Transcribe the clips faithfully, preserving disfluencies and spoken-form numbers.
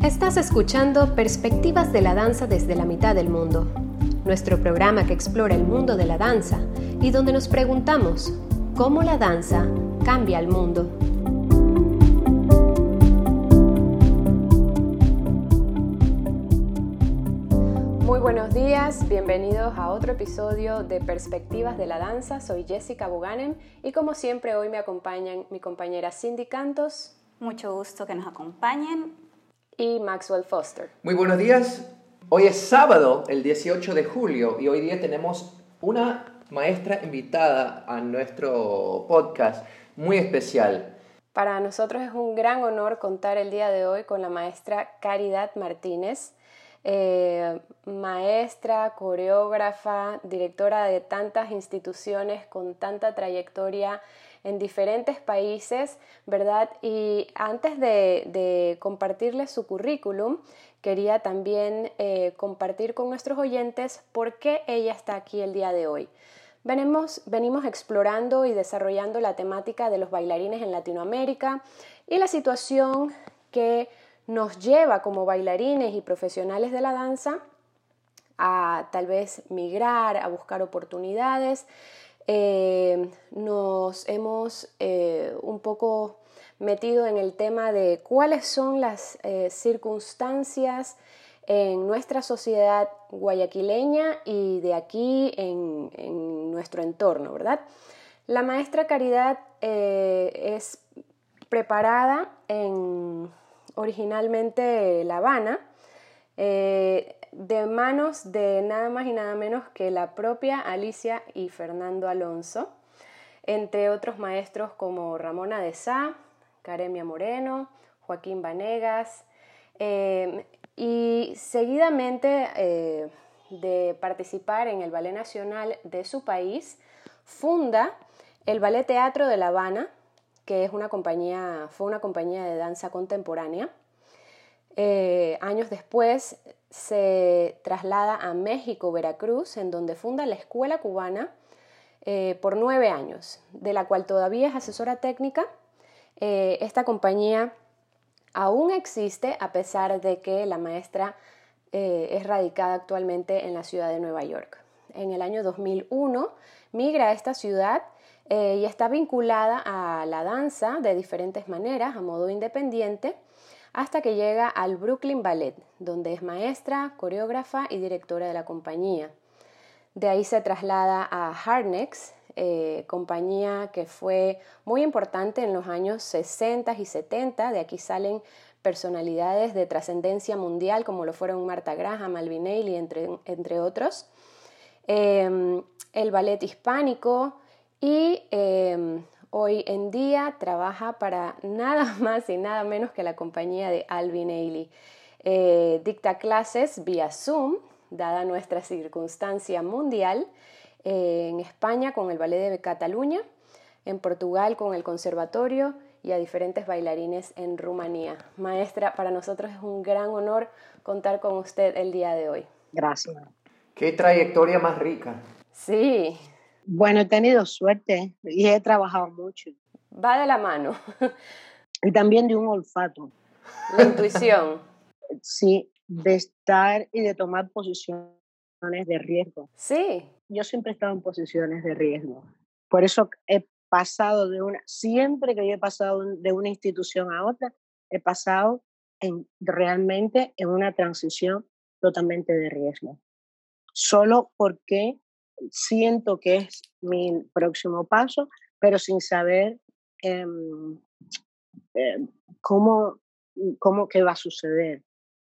Estás escuchando Perspectivas de la Danza desde la mitad del mundo, nuestro programa que explora el mundo de la danza y donde nos preguntamos cómo la danza cambia al mundo. Muy buenos días, bienvenidos a otro episodio de Perspectivas de la Danza. Soy Jessica Buganem y como siempre hoy me acompañan mi compañera Cindy Cantos. Mucho gusto que nos acompañen. Y Maxwell Foster. Muy buenos días. Hoy es sábado, el dieciocho de julio, y hoy día tenemos una maestra invitada a nuestro podcast muy especial. Para nosotros es un gran honor contar el día de hoy con la maestra Caridad Martínez, eh, maestra, coreógrafa, directora de tantas instituciones con tanta trayectoria en diferentes países, ¿verdad? Y antes de, de compartirles su currículum, quería también eh, compartir con nuestros oyentes por qué ella está aquí el día de hoy. Venimos, venimos explorando y desarrollando la temática de los bailarines en Latinoamérica y la situación que nos lleva como bailarines y profesionales de la danza a tal vez migrar, a buscar oportunidades. Eh, nos hemos eh, un poco metido en el tema de cuáles son las eh, circunstancias en nuestra sociedad guayaquileña y de aquí en, en nuestro entorno, ¿verdad? La maestra Caridad eh, es preparada en originalmente La Habana, eh, de manos de nada más y nada menos que la propia Alicia y Fernando Alonso, entre otros maestros como Ramona de Sá, Caremia Moreno, Joaquín Vanegas, eh, y seguidamente eh, de participar en el Ballet Nacional de su país, funda el Ballet Teatro de La Habana, que es una compañía, fue una compañía de danza contemporánea. Eh, años después se traslada a México, Veracruz, en donde funda la Escuela Cubana eh, por nueve años, de la cual todavía es asesora técnica. Eh, esta compañía aún existe a pesar de que la maestra eh, es radicada actualmente en la ciudad de Nueva York. En el año dos mil uno migra a esta ciudad eh, y está vinculada a la danza de diferentes maneras, a modo independiente, hasta que llega al Brooklyn Ballet, donde es maestra, coreógrafa y directora de la compañía. De ahí se traslada a Harnex, eh, compañía que fue muy importante en los años sesenta y setenta. De aquí salen personalidades de trascendencia mundial, como lo fueron Martha Graham, Alvin Ailey, entre, entre otros. Eh, el ballet hispánico y eh, hoy en día trabaja para nada más y nada menos que la compañía de Alvin Ailey. Eh, dicta clases vía Zoom, dada nuestra circunstancia mundial, eh, en España con el Ballet de Cataluña, en Portugal con el Conservatorio y a diferentes bailarines en Rumanía. Maestra, para nosotros es un gran honor contar con usted el día de hoy. Gracias. ¡Qué trayectoria más rica! Sí. Bueno, he tenido suerte y he trabajado mucho. Va de la mano. Y también de un olfato. La intuición. Sí, de estar y de tomar posiciones de riesgo. Sí. Yo siempre he estado en posiciones de riesgo. Por eso he pasado de una, siempre que yo he pasado de una institución a otra, he pasado en, realmente en una transición totalmente de riesgo. Solo porque siento que es mi próximo paso, pero sin saber eh, eh, cómo, cómo qué va a suceder.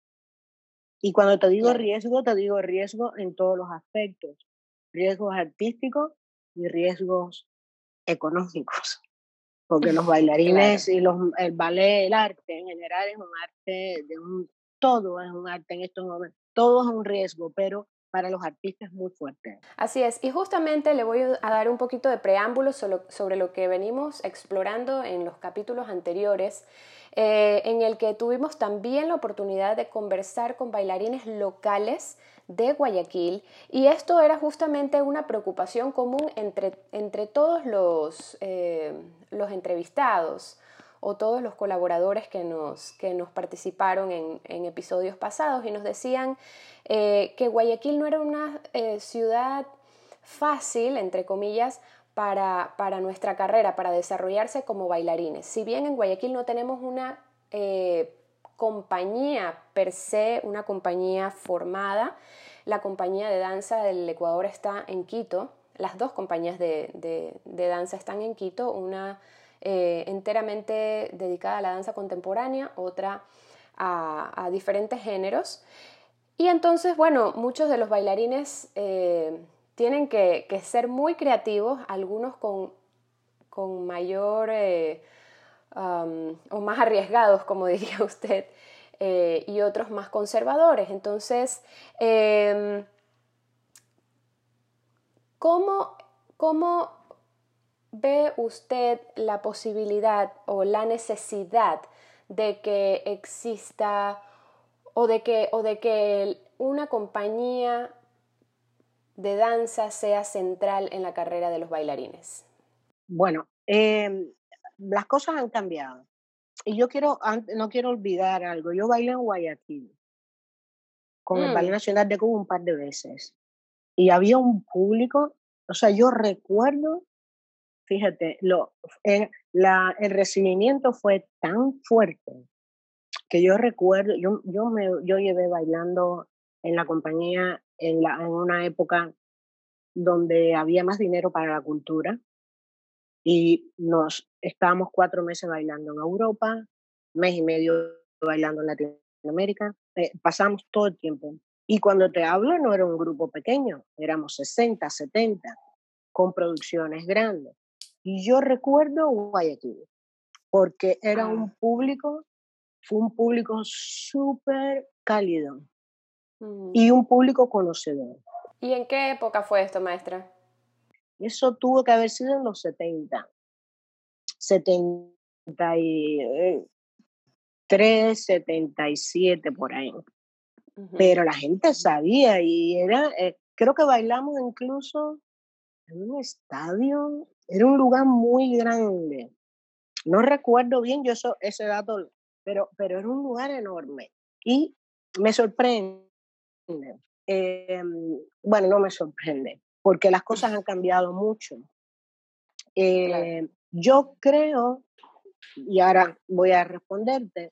Y cuando te digo Claro. riesgo, te digo riesgo en todos los aspectos, riesgos artísticos y riesgos económicos, porque los bailarines claro. y los, el ballet, el arte en general es un arte, de un, todo es un arte en estos momentos, todo es un riesgo, pero para los artistas es muy fuerte. Así es, y justamente le voy a dar un poquito de preámbulo sobre lo que venimos explorando en los capítulos anteriores, eh, en el que tuvimos también la oportunidad de conversar con bailarines locales de Guayaquil, y esto era justamente una preocupación común entre, entre todos los, eh, los entrevistados. o todos los colaboradores que nos, que nos participaron en, en episodios pasados y nos decían eh, que Guayaquil no era una eh, ciudad fácil, entre comillas, para, para nuestra carrera, para desarrollarse como bailarines. Si bien en Guayaquil no tenemos una eh, compañía per se, una compañía formada, la compañía de danza del Ecuador está en Quito, las dos compañías de, de, de danza están en Quito, una eh, enteramente dedicada a la danza contemporánea, otra a, a diferentes géneros. Y entonces, bueno, muchos de los bailarines eh, tienen que, que ser muy creativos, algunos con, con mayor eh, um, o más arriesgados, como diría usted, eh, y otros más conservadores. Entonces, eh, ¿cómo, ¿cómo ve usted la posibilidad o la necesidad de que exista o de que, o de que una compañía de danza sea central en la carrera de los bailarines? Bueno, eh, las cosas han cambiado. Y yo quiero, no quiero olvidar algo. Yo bailé en Guayaquil con el Ballet Mm. Nacional de Cuba un par de veces. Y había un público, o sea, yo recuerdo, fíjate, lo, eh, la, el recibimiento fue tan fuerte que yo recuerdo, yo, yo, me, yo llevé bailando en la compañía en, la, en una época donde había más dinero para la cultura y nos estábamos cuatro meses bailando en Europa, mes y medio bailando en Latinoamérica, eh, pasamos todo el tiempo. Y cuando te hablo no era un grupo pequeño, éramos sesenta, setenta, con producciones grandes. Y yo recuerdo Guayaquil, porque era Ah. un público, fue un público súper cálido Mm. y un público conocedor. ¿Y en qué época fue esto, maestra? Eso tuvo que haber sido en los setenta, setenta y tres, setenta y siete por ahí. Uh-huh. Pero la gente sabía y era, eh, creo que bailamos incluso en un estadio, era un lugar muy grande. No recuerdo bien yo eso, ese dato, pero, pero era un lugar enorme. Y me sorprende, eh, bueno, no me sorprende, porque las cosas han cambiado mucho. Eh, Claro. Yo creo, y ahora voy a responderte,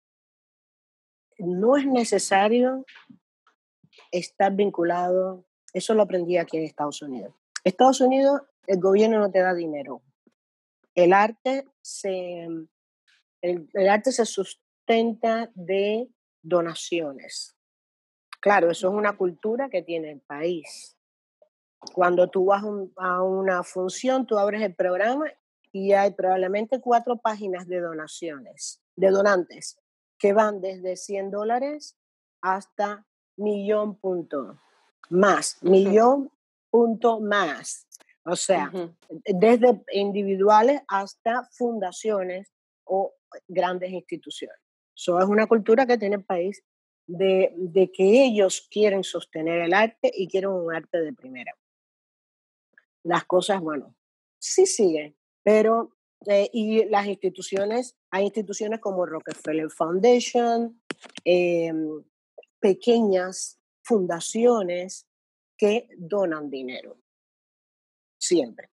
no es necesario estar vinculado, eso lo aprendí aquí en Estados Unidos. Estados Unidos, el gobierno no te da dinero. El arte se, el, el arte se sustenta de donaciones. Claro, eso es una cultura que tiene el país. Cuando tú vas un, a una función, tú abres el programa y hay probablemente cuatro páginas de donaciones, de donantes, que van desde cien dólares hasta millón punto más, uh-huh. millón punto más. O sea, uh-huh. desde individuales hasta fundaciones o grandes instituciones. Eso es una cultura que tiene el país de, de que ellos quieren sostener el arte y quieren un arte de primera. Las cosas, bueno, sí siguen, pero eh, y las instituciones, hay instituciones como Rockefeller Foundation, eh, pequeñas fundaciones que donan dinero, siempre.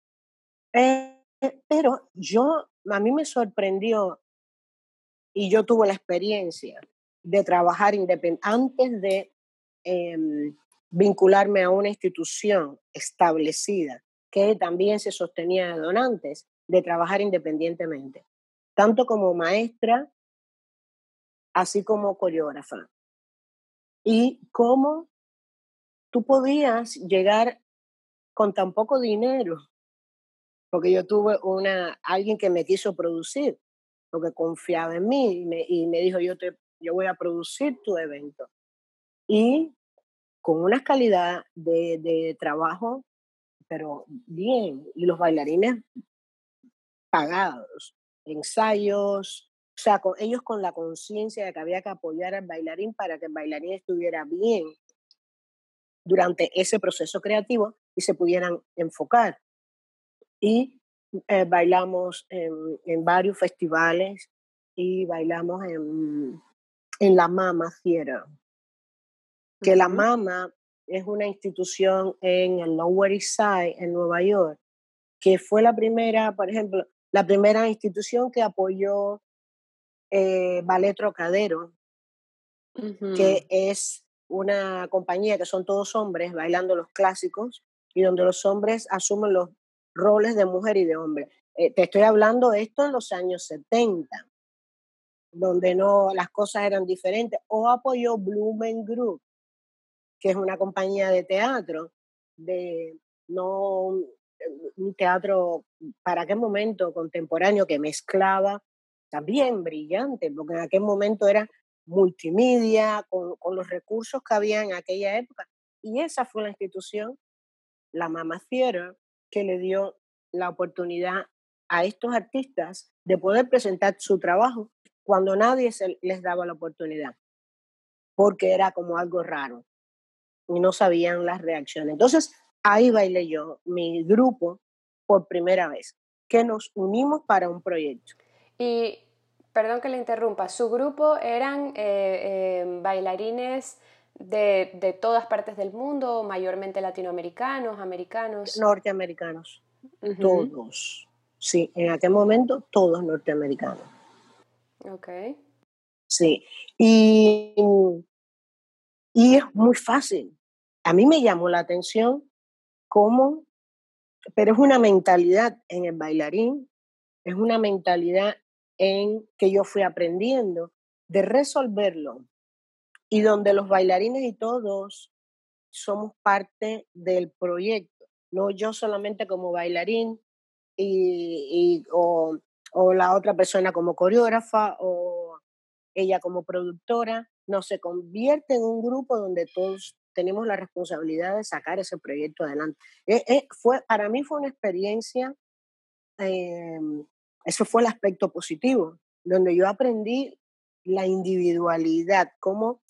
Eh, pero yo, a mí me sorprendió y yo tuve la experiencia de trabajar independiente antes de eh, vincularme a una institución establecida que también se sostenía de donantes, de trabajar independientemente, tanto como maestra, así como coreógrafa. Y cómo tú podías llegar con tan poco dinero, porque yo tuve una, alguien que me quiso producir, porque confiaba en mí y me, y me dijo, yo, te, yo voy a producir tu evento. Y con una calidad de, de trabajo, pero bien, y los bailarines pagados, ensayos, o sea, con, ellos con la conciencia de que había que apoyar al bailarín para que el bailarín estuviera bien durante ese proceso creativo y se pudieran enfocar. Y Eh, bailamos en, en varios festivales y bailamos en, en la Mama Theater, que la Ujú. Mama es una institución en el Lower East Side, en Nueva York, que fue la primera, por ejemplo, la primera institución que apoyó eh, Ballet Trocadero, Ujú. que es una compañía que son todos hombres bailando los clásicos y donde los hombres asumen los roles de mujer y de hombre. Eh, te estoy hablando de esto en los años setenta, donde no las cosas eran diferentes. O apoyó Blumen Group, que es una compañía de teatro, de no un un teatro para aquel momento contemporáneo que mezclaba, también brillante, porque en aquel momento era multimedia, con, con los recursos que había en aquella época. Y esa fue la institución, la Mama Theater, que le dio la oportunidad a estos artistas de poder presentar su trabajo cuando nadie se les daba la oportunidad, porque era como algo raro y no sabían las reacciones. Entonces, ahí bailé yo, mi grupo, por primera vez, que nos unimos para un proyecto. Y, perdón que le interrumpa, ¿su grupo eran eh, eh, bailarines de, de todas partes del mundo, mayormente latinoamericanos, americanos? Norteamericanos, Ujú. todos. Sí, en aquel momento todos norteamericanos. Ok. Sí. Y, y es muy fácil. A mí me llamó la atención cómo, pero es una mentalidad en el bailarín, es una mentalidad en que yo fui aprendiendo de resolverlo y donde los bailarines y todos somos parte del proyecto, no yo solamente como bailarín y, y- o, o la otra persona como coreógrafa o ella como productora, no, se convierte en un grupo donde todos tenemos la responsabilidad de sacar ese proyecto adelante. Eh, eh, fue, para mí fue una experiencia, eh, eso fue el aspecto positivo, donde yo aprendí la individualidad, cómo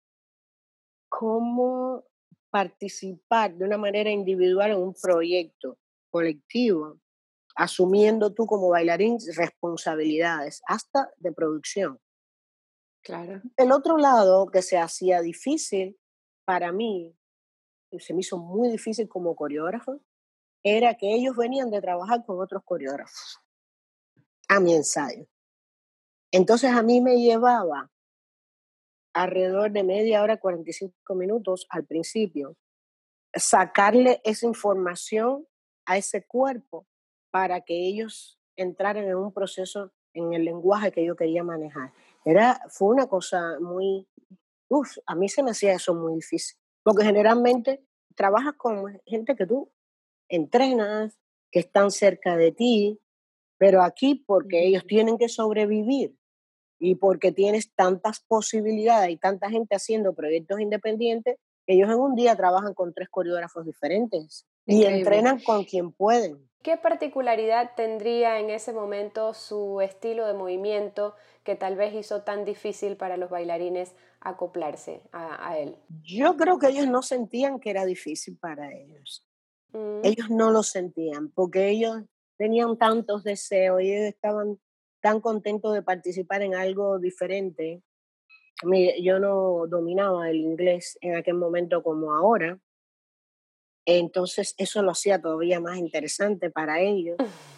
cómo participar de una manera individual en un proyecto colectivo, asumiendo tú como bailarín responsabilidades, hasta de producción. Claro. El otro lado que se hacía difícil para mí, y se me hizo muy difícil como coreógrafo, era que ellos venían de trabajar con otros coreógrafos a mi ensayo. Entonces a mí me llevaba alrededor de media hora, cuarenta y cinco minutos al principio, sacarle esa información a ese cuerpo para que ellos entraran en un proceso en el lenguaje que yo quería manejar. Era, fue una cosa muy, uf, a mí se me hacía eso muy difícil, porque generalmente trabajas con gente que tú entrenas, que están cerca de ti, pero aquí porque ellos Ujú. tienen que sobrevivir y porque tienes tantas posibilidades y tanta gente haciendo proyectos independientes, ellos en un día trabajan con tres coreógrafos diferentes y Increíble. entrenan con quien pueden. ¿Qué particularidad tendría en ese momento su estilo de movimiento que tal vez hizo tan difícil para los bailarines acoplarse a, a él? Yo creo que ellos no sentían que era difícil para ellos. Mm. Ellos no lo sentían porque ellos tenían tantos deseos y ellos estaban tan contentos de participar en algo diferente. Mire, yo no dominaba el inglés en aquel momento como ahora, entonces eso lo hacía todavía más interesante para ellos.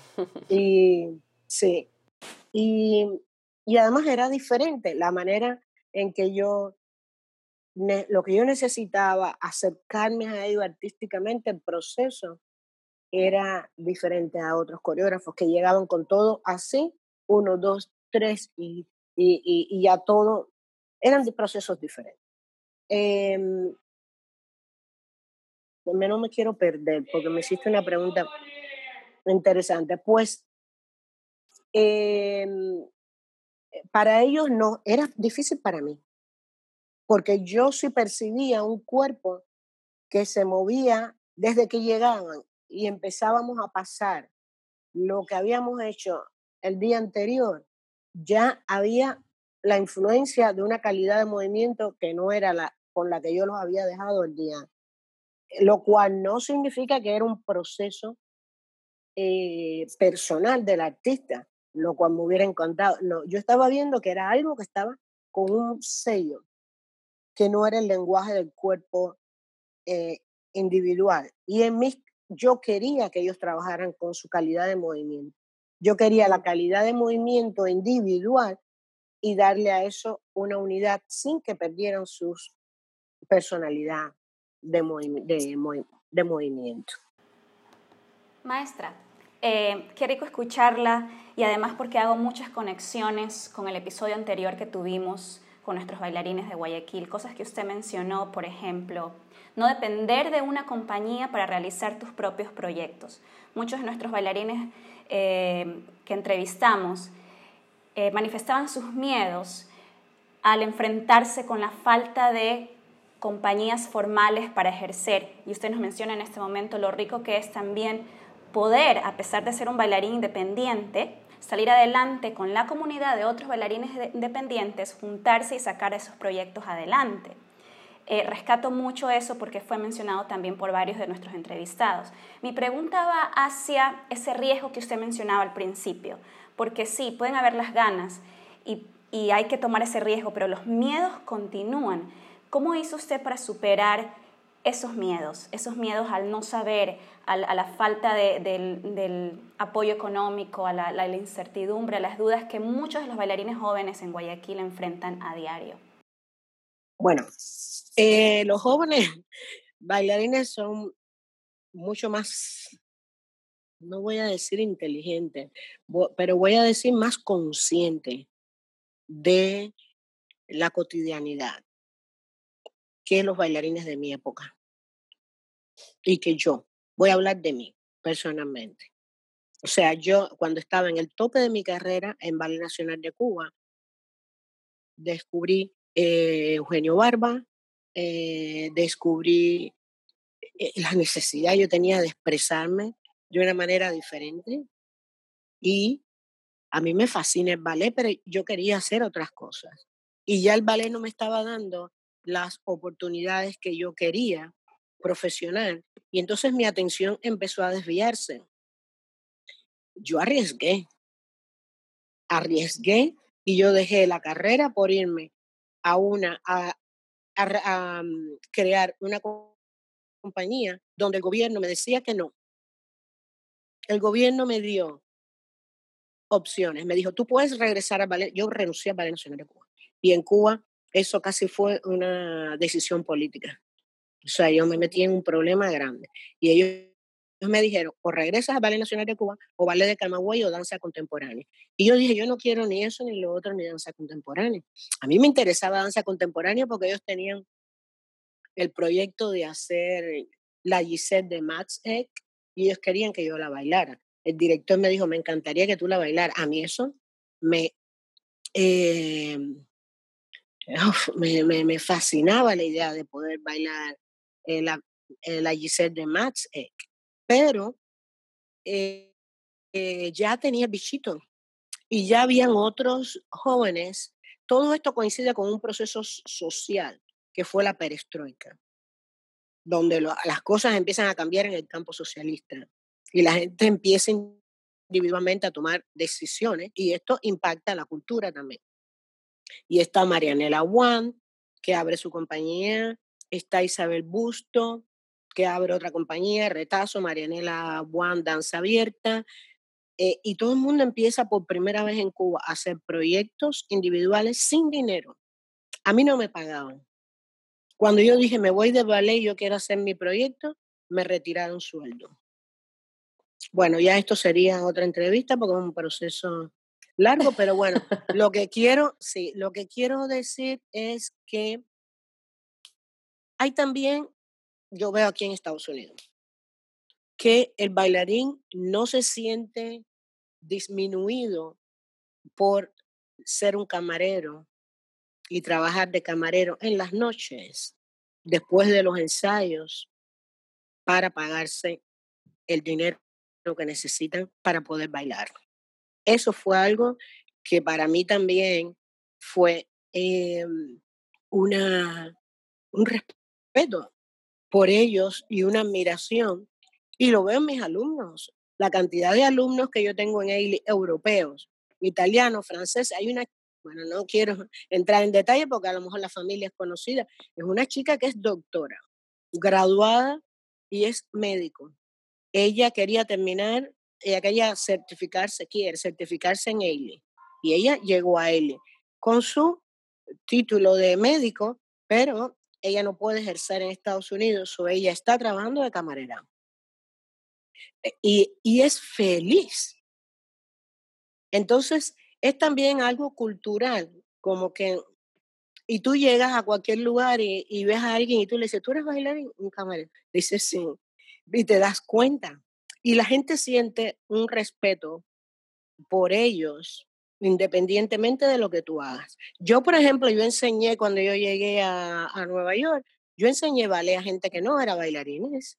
Y sí, y, y además era diferente la manera en que yo, ne- lo que yo necesitaba acercarme a ellos artísticamente, el proceso era diferente a otros coreógrafos que llegaban con todo así, uno, dos, tres, y, y, y, y ya todo, eran de procesos diferentes. Em, me- no me quiero perder porque me hiciste una pregunta interesante. Pues em, para ellos no, era difícil para mí, porque yo sí percibía un cuerpo que se movía desde que llegaban y empezábamos a pasar lo que habíamos hecho el día anterior, ya había la influencia de una calidad de movimiento que no era la con la que yo los había dejado el día, lo cual no significa que era un proceso eh, personal del artista, lo cual me hubiera encantado. No, yo estaba viendo que era algo que estaba con un sello, que no era el lenguaje del cuerpo eh, individual. Y en mí, yo quería que ellos trabajaran con su calidad de movimiento. Yo quería la calidad de movimiento individual y darle a eso una unidad sin que perdieran su personalidad de, movi de, movi de movimiento. Maestra, eh, qué rico escucharla y además porque hago muchas conexiones con el episodio anterior que tuvimos con nuestros bailarines de Guayaquil, cosas que usted mencionó, por ejemplo, no depender de una compañía para realizar tus propios proyectos. Muchos de nuestros bailarines eh, que entrevistamos eh, manifestaban sus miedos al enfrentarse con la falta de compañías formales para ejercer. Y usted nos menciona en este momento lo rico que es también poder, a pesar de ser un bailarín independiente, salir adelante con la comunidad de otros bailarines independientes, juntarse y sacar esos proyectos adelante. Eh, rescato mucho eso porque fue mencionado también por varios de nuestros entrevistados. Mi pregunta va hacia ese riesgo que usted mencionaba al principio, porque sí, pueden haber las ganas y, y hay que tomar ese riesgo, pero los miedos continúan. ¿Cómo hizo usted para superar esos miedos, esos miedos al no saber, al, a la falta de, del, del apoyo económico, a la, la incertidumbre, a las dudas que muchos de los bailarines jóvenes en Guayaquil enfrentan a diario? Bueno, eh, los jóvenes bailarines son mucho más, no voy a decir inteligentes, pero voy a decir más conscientes de la cotidianidad que los bailarines de mi época. Y que yo, voy a hablar de mí personalmente. O sea, yo cuando estaba en el tope de mi carrera en Ballet Nacional de Cuba, descubrí eh, Eugenio Barba, eh, descubrí eh, la necesidad yo tenía de expresarme de una manera diferente y a mí me fascina el ballet, pero yo quería hacer otras cosas. Y ya el ballet no me estaba dando las oportunidades que yo quería profesional y entonces mi atención empezó a desviarse. Yo arriesgué, arriesgué y yo dejé la carrera por irme a una, a, a, a um, crear una compañía donde el gobierno me decía que no. El gobierno me dio opciones, me dijo, tú puedes regresar al ballet. Yo renuncié al Ballet Nacional de Cuba y en Cuba eso casi fue una decisión política. O sea, yo me metí en un problema grande y ellos me dijeron, o regresas al Ballet Nacional de Cuba, o Ballet de Camagüey, o danza contemporánea. Y yo dije, yo no quiero ni eso, ni lo otro, ni danza contemporánea. A mí me interesaba danza contemporánea porque ellos tenían el proyecto de hacer la Giselle de Max Eck y ellos querían que yo la bailara. El director me dijo, me encantaría que tú la bailaras. A mí eso me, eh, uf, me, me, me fascinaba la idea de poder bailar eh, la, eh, la Giselle de Max Eck. Pero eh, eh, ya tenía el bichito y ya habían otros jóvenes. Todo esto coincide con un proceso social que fue la perestroika, donde lo, las cosas empiezan a cambiar en el campo socialista y la gente empieza individualmente a tomar decisiones y esto impacta a la cultura también. Y está Marianela Wan, que abre su compañía, está Isabel Busto, que abre otra compañía, Retazo, Marianela Wan, Danza Abierta, eh, y todo el mundo empieza por primera vez en Cuba a hacer proyectos individuales sin dinero. A mí no me pagaban. Cuando yo dije, me voy de ballet, yo quiero hacer mi proyecto, me retiraron sueldo. Bueno, ya esto sería otra entrevista porque es un proceso largo, pero bueno, lo que quiero, sí, lo que quiero decir es que hay también, yo veo aquí en Estados Unidos, que el bailarín no se siente disminuido por ser un camarero y trabajar de camarero en las noches, después de los ensayos, para pagarse el dinero que necesitan para poder bailar. Eso fue algo que para mí también fue eh, una, un respeto por ellos y una admiración. Y lo veo en mis alumnos. la cantidad de alumnos que yo tengo en Eili, europeos, italianos, franceses, hay una, bueno, no quiero entrar en detalle porque a lo mejor la familia es conocida, es una chica que es doctora, graduada y es médico. Ella quería terminar, ella quería certificarse, quiere certificarse en Eili, y ella llegó a Eili con su título de médico, pero ella no puede ejercer en Estados Unidos, o ella está trabajando de camarera. Y, y es feliz. Entonces, es también algo cultural, como que, y tú llegas a cualquier lugar y, y ves a alguien y tú le dices, ¿tú eres bailarín? Un camarero. Dice, sí. Y te das cuenta. Y la gente siente un respeto por ellos, independientemente de lo que tú hagas. Yo, por ejemplo, yo enseñé cuando yo llegué a, a Nueva York, yo enseñé ballet a gente que no era bailarines.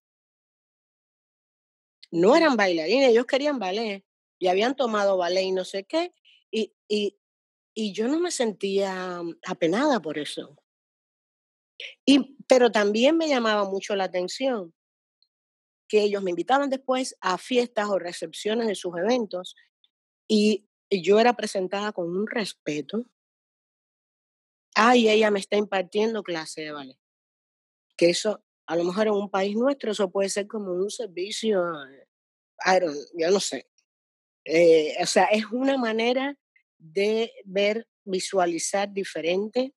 No eran bailarines, ellos querían ballet y habían tomado ballet y no sé qué, y, y, y yo no me sentía apenada por eso. Y, pero también me llamaba mucho la atención que ellos me invitaban después a fiestas o recepciones de sus eventos y, y yo era presentada con un respeto. Ay, ella me está impartiendo clase de ballet. Que eso, a lo mejor en un país nuestro, eso puede ser como un servicio, I don't, yo no sé. Eh, o sea, es una manera de ver, visualizar diferente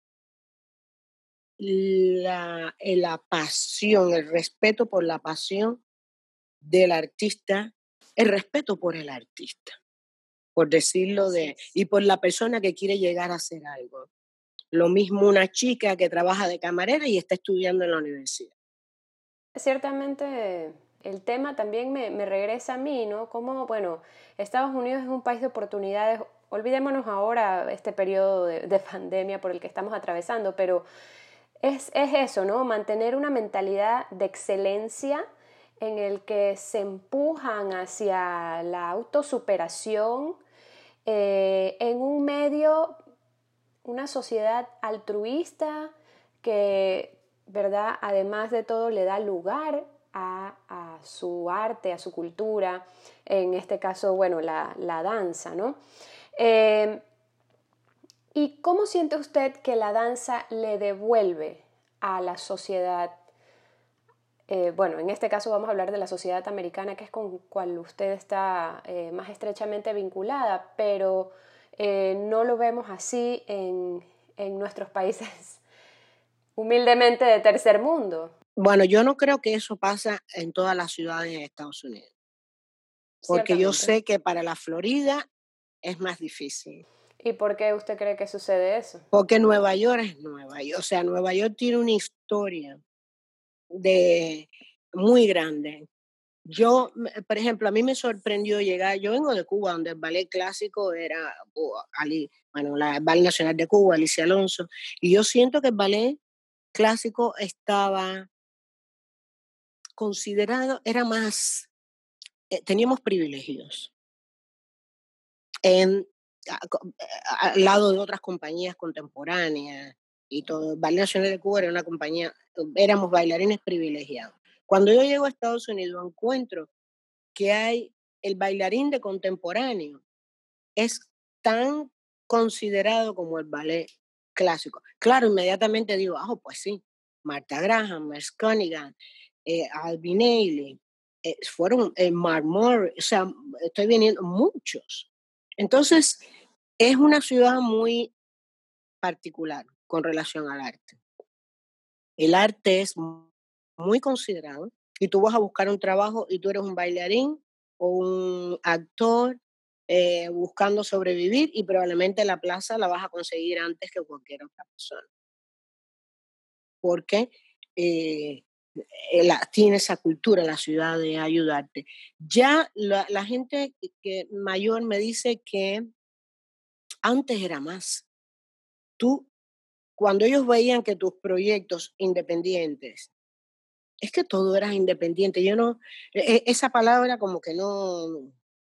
la, eh, la pasión, el respeto por la pasión del artista, el respeto por el artista, por decirlo de, y por la persona que quiere llegar a hacer algo. Lo mismo una chica que trabaja de camarera y está estudiando en la universidad. Ciertamente el tema también me, me regresa a mí, ¿no? Como, bueno, Estados Unidos es un país de oportunidades. Olvidémonos ahora este periodo de, de pandemia por el que estamos atravesando, pero es, es eso, ¿no? Mantener una mentalidad de excelencia en el que se empujan hacia la autosuperación eh, en un medio, una sociedad altruista que, ¿verdad? Además de todo, le da lugar a, a su arte, a su cultura, en este caso, bueno, la, la danza, ¿no? Eh, ¿Y cómo siente usted que la danza le devuelve a la sociedad? Eh, bueno, en este caso vamos a hablar de la sociedad americana, que es con cual usted está eh, más estrechamente vinculada, pero eh, no lo vemos así en, en nuestros países humildemente de tercer mundo. Bueno, yo no creo que eso pasa en todas las ciudades de Estados Unidos, porque yo sé que para la Florida es más difícil. ¿Y por qué usted cree que sucede eso? Porque Nueva York es Nueva York, o sea, Nueva York tiene una historia de muy grande. Yo, por ejemplo, a mí me sorprendió llegar, yo vengo de Cuba, donde el ballet clásico era, oh, Ali, bueno, la, el Ballet Nacional de Cuba, Alicia Alonso, y yo siento que el ballet clásico estaba considerado, era más, eh, teníamos privilegios en, al lado de otras compañías contemporáneas y todo. El Ballet Nacional de Cuba era una compañía, éramos bailarines privilegiados. Cuando yo llego a Estados Unidos encuentro que hay el bailarín de contemporáneo, es tan considerado como el ballet clásico. Claro, inmediatamente digo, ah, oh, pues sí, Martha Graham, Merce Cunningham, eh, Alvin Ailey, eh, fueron eh, Mark Morris, o sea, estoy viendo muchos. Entonces, es una ciudad muy particular con relación al arte. El arte es muy considerado y tú vas a buscar un trabajo y tú eres un bailarín o un actor eh, buscando sobrevivir y probablemente la plaza la vas a conseguir antes que cualquier otra persona. Porque eh, la, tiene esa cultura la ciudad de ayudarte. Ya la, la gente que mayor me dice que antes era más. Tú, cuando ellos veían que tus proyectos independientes, es que todo era independiente, yo no, e, esa palabra como que no,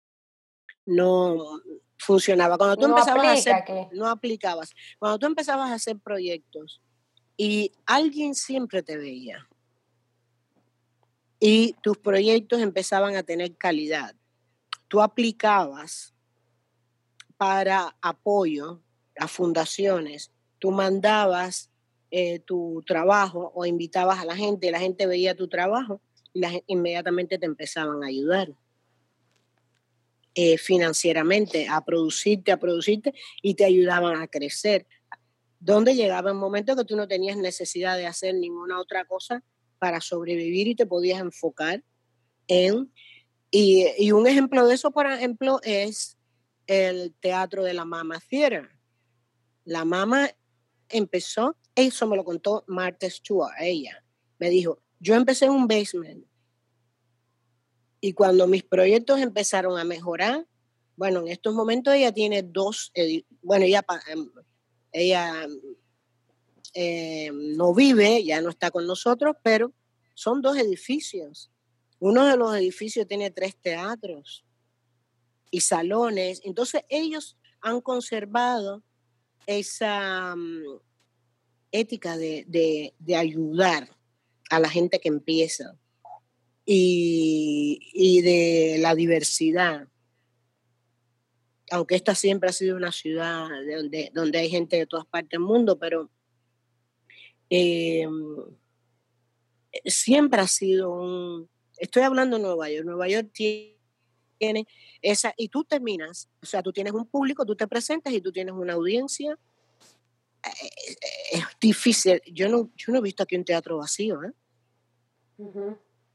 no funcionaba. Cuando tú no empezabas a hacer, ¿qué? no aplicabas. Cuando tú empezabas a hacer proyectos y alguien siempre te veía y tus proyectos empezaban a tener calidad. tú aplicabas para apoyo a fundaciones, tú mandabas eh, tu trabajo o invitabas a la gente, y la gente veía tu trabajo y la, inmediatamente te empezaban a ayudar eh, financieramente, a producirte, a producirte y te ayudaban a crecer. Donde llegaba un momento que tú no tenías necesidad de hacer ninguna otra cosa para sobrevivir y te podías enfocar en... Y, y un ejemplo de eso, por ejemplo, es el teatro de la Mama Theater. La Mama empezó, eso me lo contó Martha Stewart, ella. Me dijo, yo empecé en un basement y cuando mis proyectos empezaron a mejorar, bueno, en estos momentos ella tiene dos, bueno, ella, ella eh, no vive, ya no está con nosotros, pero son dos edificios. Uno de los edificios tiene tres teatros y salones. Entonces ellos han conservado esa um, ética de, de, de ayudar a la gente que empieza y, y de la diversidad. Aunque esta siempre ha sido una ciudad donde, donde hay gente de todas partes del mundo, pero eh, siempre ha sido un... Estoy hablando de Nueva York. Nueva York tiene esa... Y tú terminas, o sea, tú tienes un público, tú te presentas y tú tienes una audiencia. Es difícil. Yo no, yo no he visto aquí un teatro vacío, ¿eh? Uh-huh.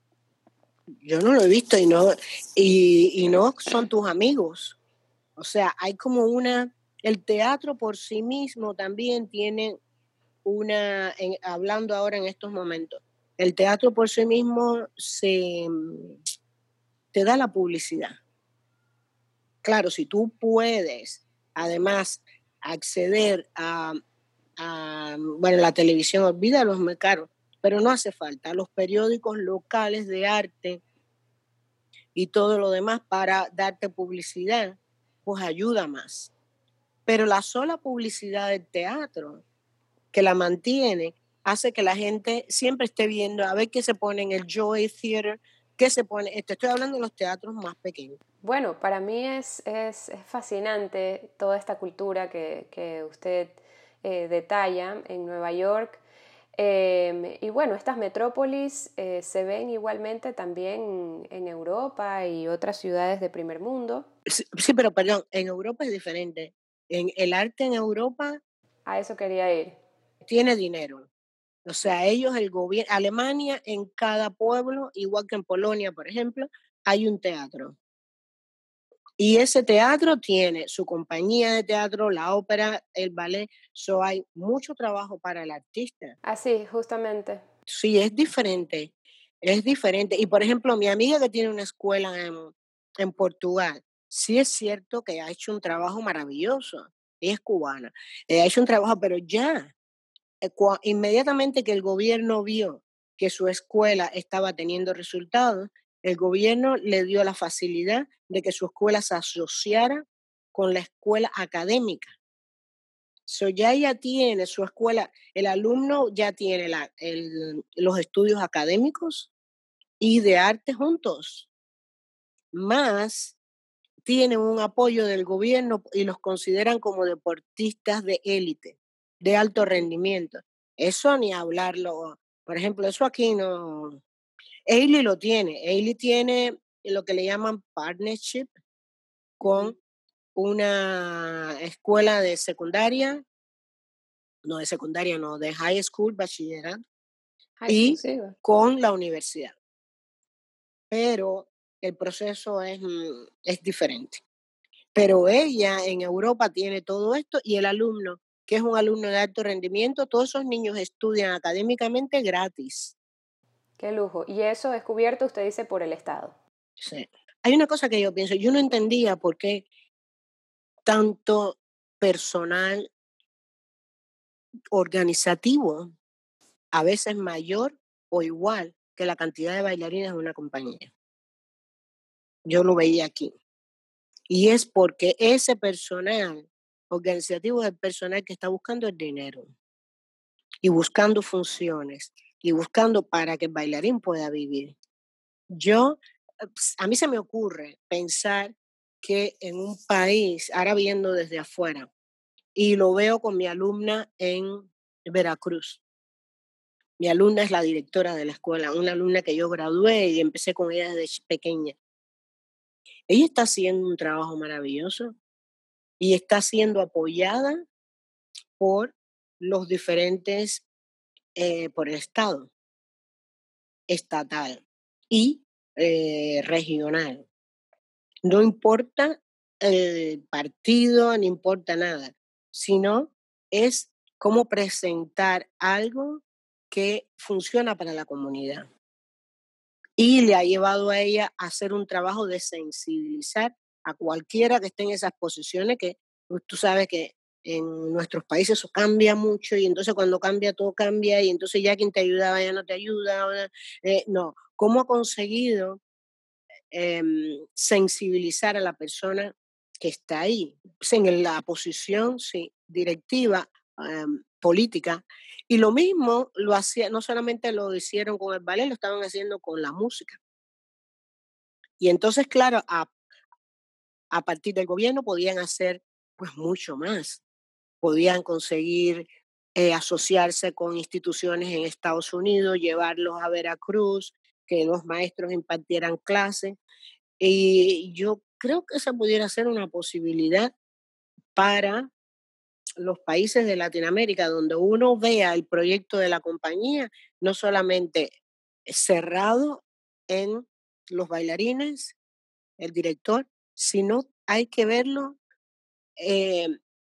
Yo no lo he visto y no, y, y no son tus amigos. O sea, hay como una... El teatro por sí mismo también tiene una... En, hablando ahora en estos momentos, el teatro por sí mismo se, te da la publicidad. Claro, si tú puedes, además, acceder a... a bueno, la televisión, olvídalo, es muy caro, pero no hace falta. Los periódicos locales de arte y todo lo demás para darte publicidad, pues ayuda más. Pero la sola publicidad del teatro que la mantiene hace que la gente siempre esté viendo a ver qué se pone en el Joy Theater, qué se pone. Te estoy hablando de los teatros más pequeños. Bueno, para mí es, es, es fascinante toda esta cultura que, que usted eh, detalla en Nueva York. Eh, y bueno, estas metrópolis eh, se ven igualmente también en Europa y otras ciudades de primer mundo. Sí, sí, pero perdón, en Europa es diferente. En el arte en Europa... A eso quería ir. Tiene dinero. O sea, ellos, el gobierno, Alemania, en cada pueblo, igual que en Polonia, por ejemplo, hay un teatro. Y ese teatro tiene su compañía de teatro, la ópera, el ballet. So hay mucho trabajo para el artista. Así, justamente. Sí, es diferente. Es diferente. Y por ejemplo, mi amiga que tiene una escuela en, en Portugal, sí es cierto que ha hecho un trabajo maravilloso. Ella es cubana. Ella ha hecho un trabajo, pero ya, inmediatamente que el gobierno vio que su escuela estaba teniendo resultados, el gobierno le dio la facilidad de que su escuela se asociara con la escuela académica. So ya ella tiene su escuela, el alumno ya tiene la, el, los estudios académicos y de arte juntos, más tienen un apoyo del gobierno y los consideran como deportistas de élite, de alto rendimiento. Eso ni hablarlo. Por ejemplo, eso aquí no... Ailey lo tiene. Ailey tiene lo que le llaman partnership con una escuela de secundaria, no de secundaria, no, de high school, bachillerato, y sí, con la universidad. Pero el proceso es, es diferente. Pero ella en Europa tiene todo esto y el alumno, que es un alumno de alto rendimiento, todos esos niños estudian académicamente gratis. Qué lujo. Y eso es cubierto, usted dice, por el Estado. Sí. Hay una cosa que yo pienso, yo no entendía por qué tanto personal organizativo, a veces mayor o igual que la cantidad de bailarines de una compañía. Yo lo veía aquí. Y es porque ese personal organizativo es el personal que está buscando el dinero y buscando funciones y buscando para que el bailarín pueda vivir. Yo, a mí se me ocurre pensar que en un país, ahora viendo desde afuera, y lo veo con mi alumna en Veracruz. Mi alumna es la directora de la escuela, una alumna que yo gradué y empecé con ella desde pequeña. Ella está haciendo un trabajo maravilloso y está siendo apoyada por los diferentes, eh, por el Estado, estatal y eh, regional. No importa el partido, no importa nada, sino es cómo presentar algo que funciona para la comunidad. Y le ha llevado a ella a hacer un trabajo de sensibilizar a cualquiera que esté en esas posiciones, que pues, tú sabes que en nuestros países eso cambia mucho y entonces cuando cambia todo cambia y entonces ya quien te ayudaba ya no te ayuda. Eh, no, ¿cómo ha conseguido eh, sensibilizar a la persona que está ahí, en la posición sí, directiva, eh, política? Y lo mismo lo hacía, no solamente lo hicieron con el ballet, lo estaban haciendo con la música. Y entonces, claro, a, a partir del gobierno podían hacer pues mucho más. Podían conseguir eh, asociarse con instituciones en Estados Unidos, llevarlos a Veracruz, que los maestros impartieran clases. Y yo creo que esa pudiera ser una posibilidad para los países de Latinoamérica, donde uno vea el proyecto de la compañía, no solamente cerrado en los bailarines, el director, sino hay que verlo, eh,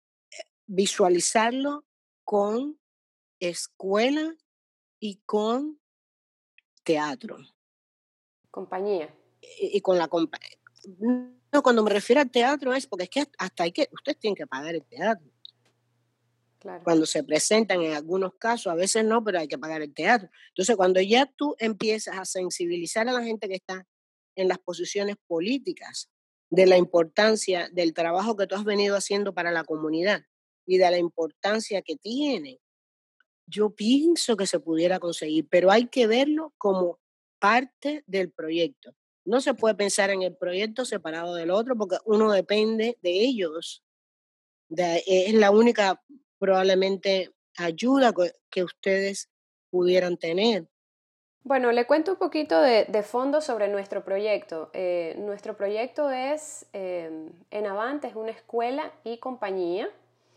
visualizarlo con escuela y con teatro. Compañía. Y, y con la compañía. No, cuando me refiero al teatro es porque es que hasta hay que, ustedes tienen que pagar el teatro. Claro. Cuando se presentan en algunos casos, a veces no, pero hay que pagar el teatro. Entonces, cuando ya tú empiezas a sensibilizar a la gente que está en las posiciones políticas de la importancia del trabajo que tú has venido haciendo para la comunidad y de la importancia que tiene, yo pienso que se pudiera conseguir, pero hay que verlo como parte del proyecto. No se puede pensar en el proyecto separado del otro porque uno depende de ellos. De, es la única probablemente ayuda que, que ustedes pudieran tener. Bueno, le cuento un poquito de, de fondo sobre nuestro proyecto. Eh, nuestro proyecto es eh, Enavante, es una escuela y compañía.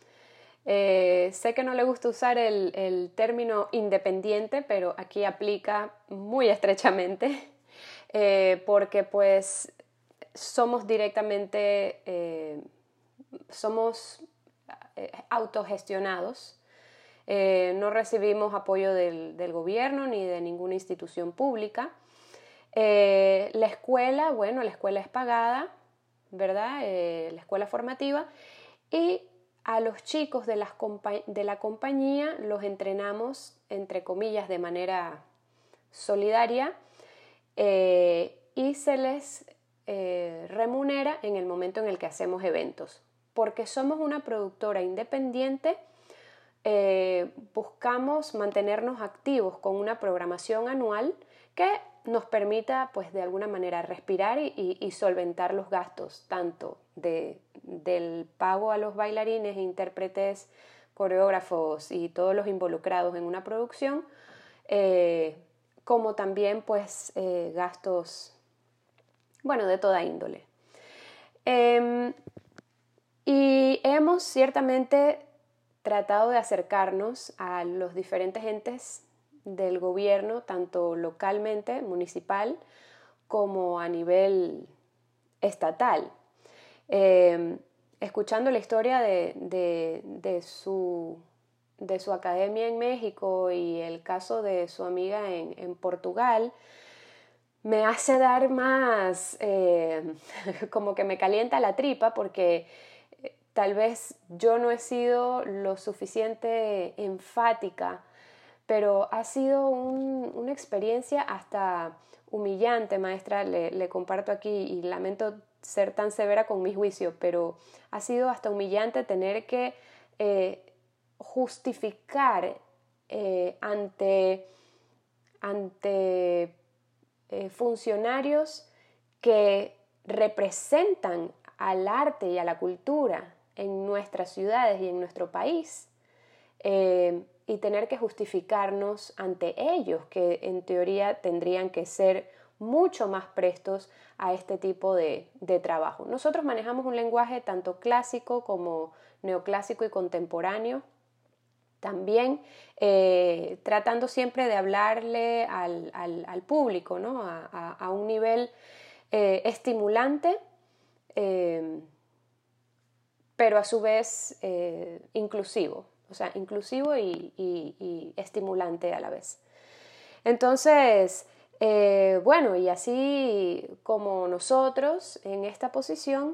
Eh, sé que no le gusta usar el, el término independiente, pero aquí aplica muy estrechamente, eh, porque pues somos directamente, eh, somos eh, autogestionados. Eh, no recibimos apoyo del, del gobierno ni de ninguna institución pública. Eh, la escuela, bueno, la escuela es pagada, ¿verdad? Eh, la escuela formativa. Y a los chicos de, las compa- de la compañía los entrenamos, entre comillas, de manera solidaria eh, y se les eh, remunera en el momento en el que hacemos eventos. Porque somos una productora independiente, Eh, buscamos mantenernos activos con una programación anual que nos permita pues de alguna manera respirar y, y, y solventar los gastos tanto de, del pago a los bailarines, intérpretes, coreógrafos y todos los involucrados en una producción, eh, como también pues eh, gastos, bueno, de toda índole. Eh, y hemos ciertamente tratado de acercarnos a los diferentes entes del gobierno, tanto localmente, municipal, como a nivel estatal. Eh, escuchando la historia de, de, de, su, de su academia en México y el caso de su amiga en, en Portugal, me hace dar más, eh, como que me calienta la tripa porque tal vez yo no he sido lo suficiente enfática, pero ha sido un, una experiencia hasta humillante, maestra, le, le comparto aquí y lamento ser tan severa con mi juicio, pero ha sido hasta humillante tener que eh, justificar eh, ante, ante eh, funcionarios que representan al arte y a la cultura en nuestras ciudades y en nuestro país, eh, y tener que justificarnos ante ellos, que en teoría tendrían que ser mucho más prestos a este tipo de, de trabajo. Nosotros manejamos un lenguaje tanto clásico como neoclásico y contemporáneo, también eh, tratando siempre de hablarle al, al, al público, ¿no? a, a, a un nivel eh, estimulante, eh, pero a su vez eh, inclusivo, o sea, inclusivo y, y, y estimulante a la vez. Entonces, eh, bueno, y así como nosotros en esta posición,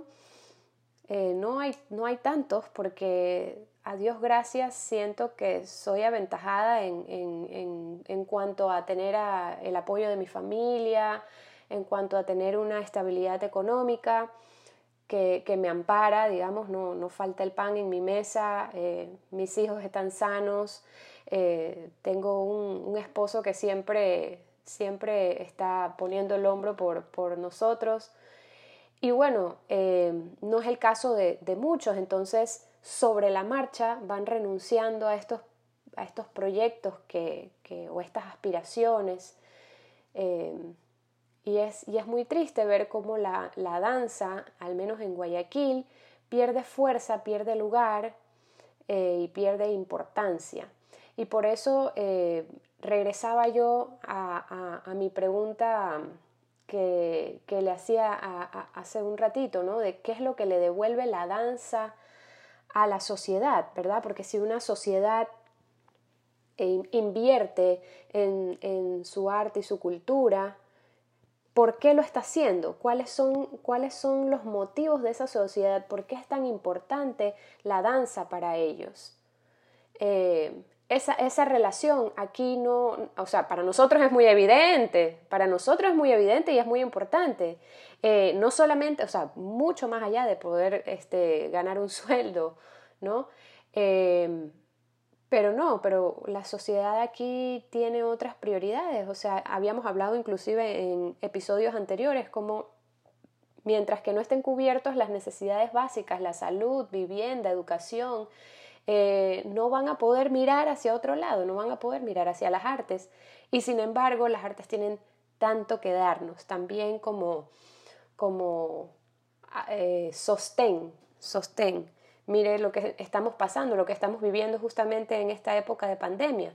eh, no hay, no hay tantos, porque a Dios gracias siento que soy aventajada en, en, en, en cuanto a tener a, el apoyo de mi familia, en cuanto a tener una estabilidad económica que, que me ampara, digamos, no, no falta el pan en mi mesa, eh, mis hijos están sanos, eh, tengo un, un esposo que siempre, siempre está poniendo el hombro por, por nosotros. Y bueno, eh, no es el caso de, de muchos, entonces sobre la marcha van renunciando a estos, a estos proyectos que, que, o estas aspiraciones. Eh, y, es, y es muy triste ver cómo la, la danza, al menos en Guayaquil, pierde fuerza, pierde lugar eh, y pierde importancia. Y por eso eh, regresaba yo a, a, a mi pregunta que, que le hacía a, a, hace un ratito, ¿no? De qué es lo que le devuelve la danza a la sociedad, ¿verdad? Porque si una sociedad eh, invierte en, en su arte y su cultura, ¿por qué lo está haciendo? ¿Cuáles son, cuáles son los motivos de esa sociedad? ¿Por qué es tan importante la danza para ellos? Eh, esa, esa relación aquí no, o sea, para nosotros es muy evidente, para nosotros es muy evidente y es muy importante. Eh, no solamente, o sea, mucho más allá de poder este, ganar un sueldo, ¿no? Eh, pero no, pero la sociedad aquí tiene otras prioridades, o sea, habíamos hablado inclusive en episodios anteriores como mientras que no estén cubiertos las necesidades básicas, la salud, vivienda, educación, eh, no van a poder mirar hacia otro lado, no van a poder mirar hacia las artes. Y sin embargo, las artes tienen tanto que darnos, también como, como eh, sostén, sostén. Mire lo que estamos pasando, lo que estamos viviendo justamente en esta época de pandemia.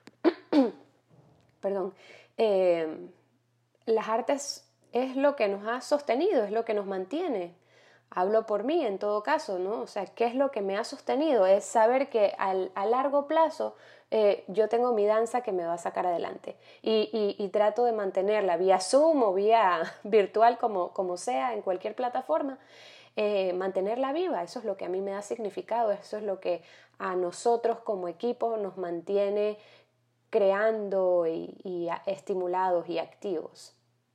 Perdón. Eh, las artes es lo que nos ha sostenido, es lo que nos mantiene. Hablo por mí en todo caso, ¿no? O sea, ¿qué es lo que me ha sostenido? Es saber que al, a largo plazo eh, yo tengo mi danza que me va a sacar adelante y, y, y trato de mantenerla vía Zoom o vía virtual, como, como sea, en cualquier plataforma, eh, mantenerla viva. Eso es lo que a mí me da significado, eso es lo que a nosotros como equipo nos mantiene creando y, y estimulados y activos.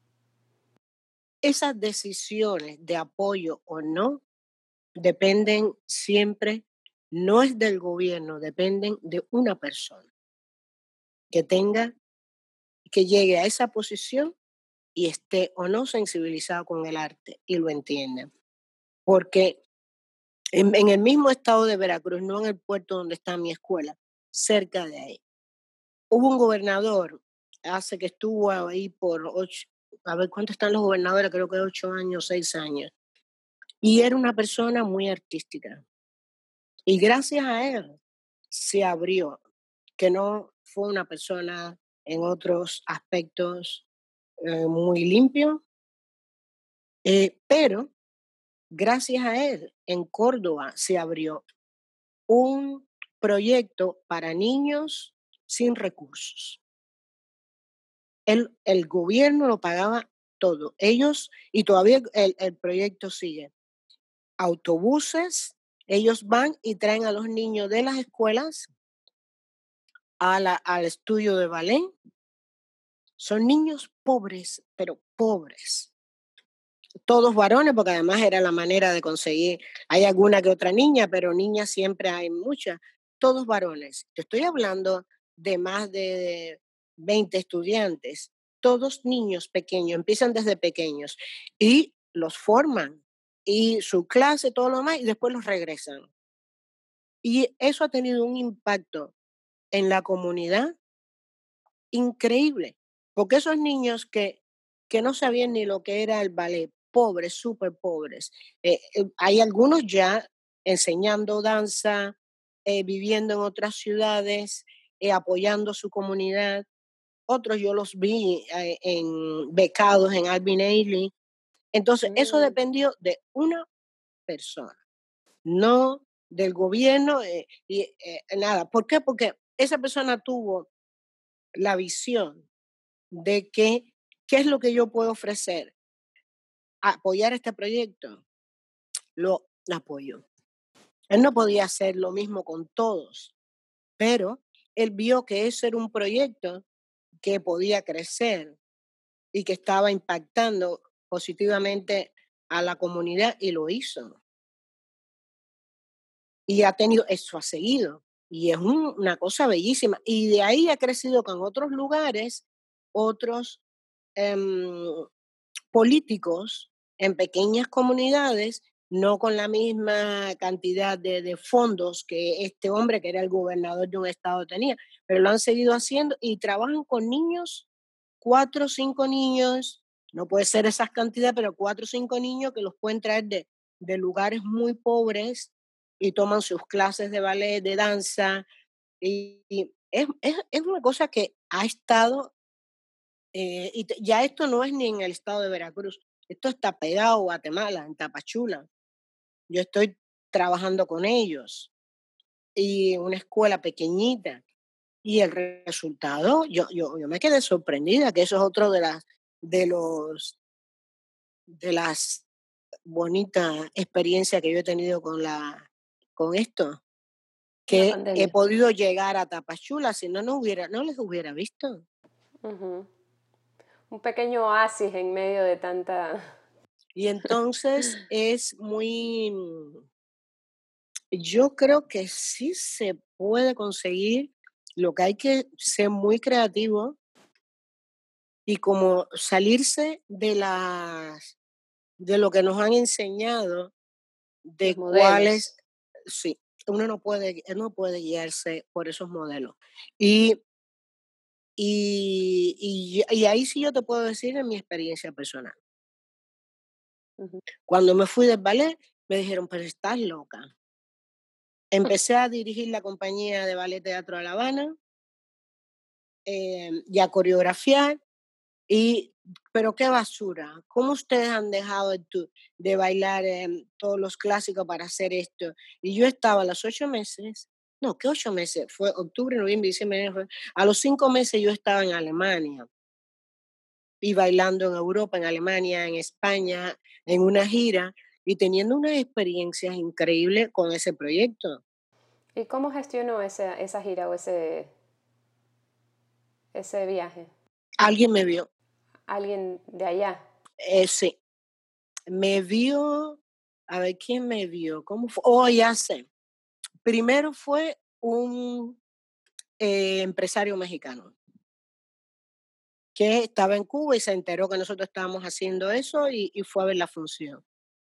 Esas decisiones de apoyo o no dependen siempre, no es del gobierno, dependen de una persona que tenga, que llegue a esa posición y esté o no sensibilizado con el arte y lo entienda. Porque en, en el mismo estado de Veracruz, no en el puerto donde está mi escuela, cerca de ahí, hubo un gobernador, hace que estuvo ahí por ocho, a ver cuántos están los gobernadores, creo que ocho años, seis años. Y era una persona muy artística. Y gracias a él se abrió, que no fue una persona en otros aspectos eh, muy limpio, eh, pero gracias a él en Córdoba se abrió un proyecto para niños sin recursos. El, el gobierno lo pagaba todo. Ellos, y todavía el, el proyecto sigue. Autobuses, ellos van y traen a los niños de las escuelas a la, al estudio de ballet. Son niños pobres, pero pobres. Todos varones, porque además era la manera de conseguir. Hay alguna que otra niña, pero niñas siempre hay muchas. Todos varones. Te estoy hablando de más de veinte estudiantes. Todos niños pequeños, empiezan desde pequeños y los forman. y su clase, todo lo demás, y después los regresan. Y eso ha tenido un impacto en la comunidad increíble, porque esos niños que, que no sabían ni lo que era el ballet, pobres, súper pobres, eh, eh, hay algunos ya enseñando danza, eh, viviendo en otras ciudades, eh, apoyando su comunidad. Otros yo los vi eh, en becados en Alvin Ailey. Entonces, eso Mm. dependió de una persona, no del gobierno eh, y eh, nada. ¿Por qué? Porque esa persona tuvo la visión de que, ¿qué es lo que yo puedo ofrecer? Apoyar este proyecto, lo apoyo. Él no podía hacer lo mismo con todos, pero él vio que ese era un proyecto que podía crecer y que estaba impactando positivamente a la comunidad y lo hizo. Y ha tenido, eso ha seguido. Y es un, una cosa bellísima. Y de ahí ha crecido con otros lugares, otros um, políticos en pequeñas comunidades, no con la misma cantidad de, de fondos que este hombre, que era el gobernador de un estado, tenía, pero lo han seguido haciendo y trabajan con niños, cuatro o cinco niños, no puede ser esas cantidades, pero cuatro o cinco niños que los pueden traer de, de lugares muy pobres y toman sus clases de ballet, de danza, y, y es, es, es una cosa que ha estado, eh, y te, ya esto no es ni en el estado de Veracruz, esto está pegado a Guatemala, en Tapachula. Yo estoy trabajando con ellos y una escuela pequeñita. Y el resultado, yo, yo, yo me quedé sorprendida, que eso es otro de las, de los, de las bonitas experiencias que yo he tenido con la, con esto, La que he pandemia. podido llegar a Tapachula, si no, no hubiera, no les hubiera visto. Uh-huh. Un pequeño oasis en medio de tanta... Y entonces es muy, yo creo que sí se puede conseguir, lo que hay que ser muy creativo y como salirse de las, de lo que nos han enseñado, Los de cuáles, modelos. sí, uno no puede, uno no puede guiarse por esos modelos. Y, y, y, y ahí sí yo te puedo decir en mi experiencia personal. Uh-huh. Cuando me fui del ballet, me dijeron, pero estás loca. Empecé a dirigir la compañía de Ballet Teatro de La Habana eh, y a coreografiar. Y, pero qué basura, ¿cómo ustedes han dejado de, de bailar eh, todos los clásicos para hacer esto? Y yo estaba a los ocho meses, no, ¿qué ocho meses? Fue octubre, noviembre, diciembre, enero, a los cinco meses yo estaba en Alemania y bailando en Europa, en Alemania, en España, en una gira y teniendo unas experiencias increíbles con ese proyecto. ¿Y cómo gestionó esa, esa gira o ese, ese viaje? Alguien me vio. ¿Alguien de allá? Eh, sí, me vio, a ver, ¿quién me vio? ¿Cómo fue? Oh, ya sé. Primero fue un eh, empresario mexicano que estaba en Cuba y se enteró que nosotros estábamos haciendo eso y, y fue a ver la función.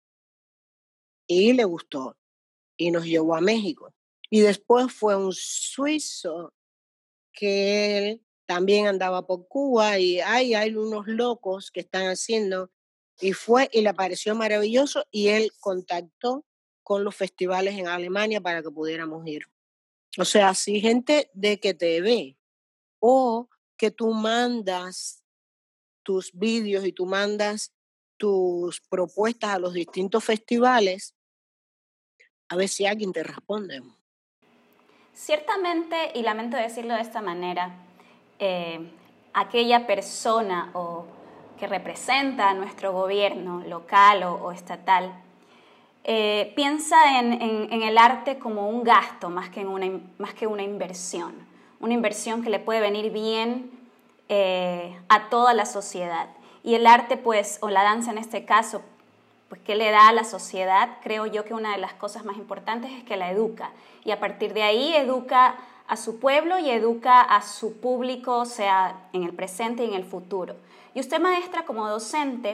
Y le gustó y nos llevó a México. Y después fue un suizo que él también andaba por Cuba y hay, hay unos locos que están haciendo y fue y le pareció maravilloso y él contactó con los festivales en Alemania para que pudiéramos ir. O sea, si gente de que te ve o que tú mandas tus vídeos y tú mandas tus propuestas a los distintos festivales, a ver si alguien te responde. Ciertamente, y lamento decirlo de esta manera, eh, aquella persona o que representa a nuestro gobierno local o, o estatal eh, piensa en, en, en el arte como un gasto más que, en una, más que una inversión, una inversión que le puede venir bien eh, a toda la sociedad. Y el arte, pues, o la danza en este caso, pues, ¿qué le da a la sociedad? Creo yo que una de las cosas más importantes es que la educa. Y a partir de ahí educa a su pueblo y educa a su público, sea en el presente y en el futuro. Y usted, maestra, como docente,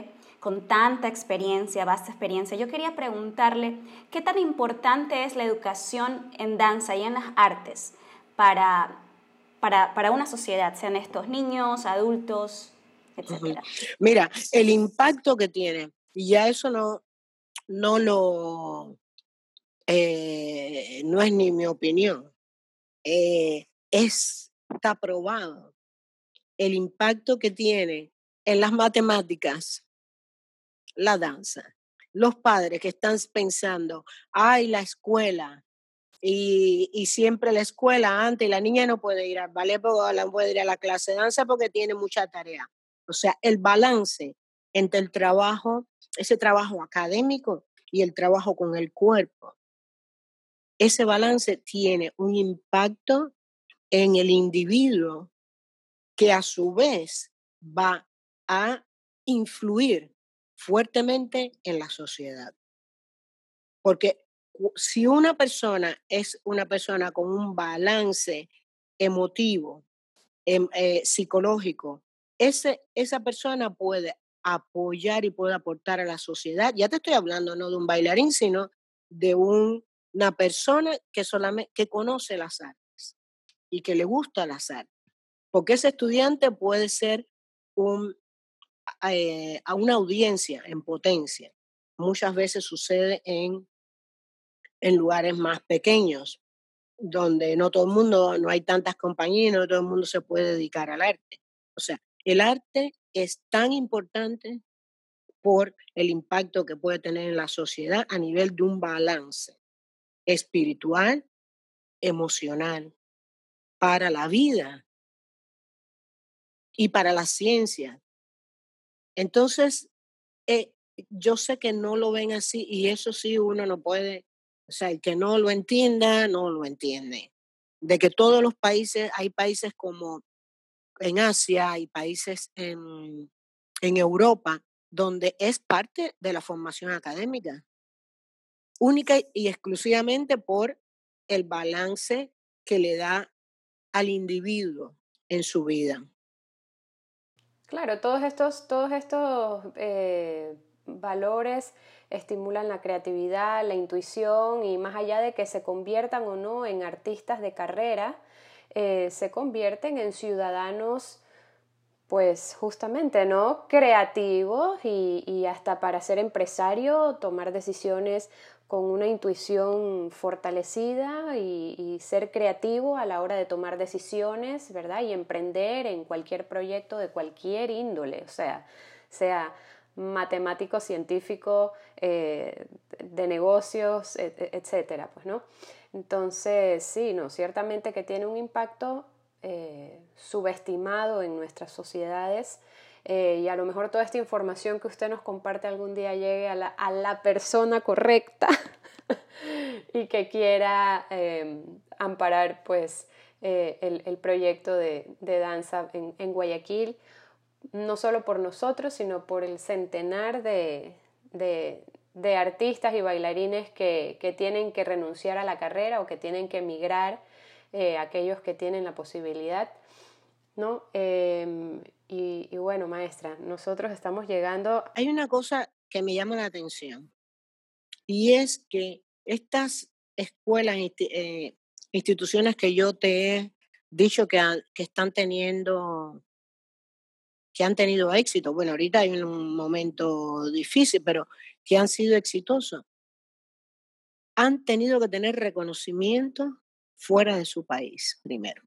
con tanta experiencia, vasta experiencia, yo quería preguntarle qué tan importante es la educación en danza y en las artes para, para, para una sociedad, sean estos niños, adultos, etcétera. Mira, el impacto que tiene, y ya eso no, no lo, eh, no es ni mi opinión, eh, es, está probado el impacto que tiene en las matemáticas, la danza. Los padres que están pensando, ay, la escuela, y, y siempre la escuela antes, y la niña no puede ir al ballet, porque no puede ir a la clase de danza porque tiene mucha tarea. O sea, el balance entre el trabajo, ese trabajo académico y el trabajo con el cuerpo, ese balance tiene un impacto en el individuo que a su vez va a influir fuertemente en la sociedad. Porque si una persona es una persona con un balance emotivo, em, eh, psicológico, ese, esa persona puede apoyar y puede aportar a la sociedad. Ya te estoy hablando no de un bailarín, sino de un, una persona que solamente que conoce las artes y que le gusta las artes. Porque ese estudiante puede ser un, eh, a una audiencia en potencia. Muchas veces sucede en, en lugares más pequeños, donde no todo el mundo, no hay tantas compañías, no todo el mundo se puede dedicar al arte. O sea, el arte es tan importante por el impacto que puede tener en la sociedad a nivel de un balance espiritual, emocional, para la vida y para la ciencia. Entonces, eh, yo sé que no lo ven así y eso sí uno no puede, o sea, el que no lo entienda, no lo entiende. De que todos los países, hay países como en Asia, hay países en, en Europa, donde es parte de la formación académica, única y exclusivamente por el balance que le da al individuo en su vida. Claro, todos estos, todos estos eh, valores estimulan la creatividad, la intuición y más allá de que se conviertan o no en artistas de carrera, eh, se convierten en ciudadanos, pues justamente, ¿no? Creativos y, y hasta para ser empresario, tomar decisiones con una intuición fortalecida y, y ser creativo a la hora de tomar decisiones, ¿verdad? Y emprender en cualquier proyecto de cualquier índole, o sea, sea matemático, científico, eh, de negocios, etcétera, pues, ¿no? Entonces, sí, no, ciertamente que tiene un impacto eh, subestimado en nuestras sociedades. Eh, y a lo mejor toda esta información que usted nos comparte algún día llegue a la, a la persona correcta y que quiera eh, amparar pues, eh, el, el proyecto de, de danza en, en Guayaquil, no solo por nosotros, sino por el centenar de, de, de artistas y bailarines que, que tienen que renunciar a la carrera o que tienen que emigrar, eh, aquellos que tienen la posibilidad, ¿no? Eh, y, y bueno, maestra, nosotros estamos llegando... Hay una cosa que me llama la atención y es que estas escuelas, eh, instituciones que yo te he dicho que, han, que están teniendo, que han tenido éxito, bueno, ahorita hay un momento difícil, pero que han sido exitosos, han tenido que tener reconocimiento fuera de su país primero.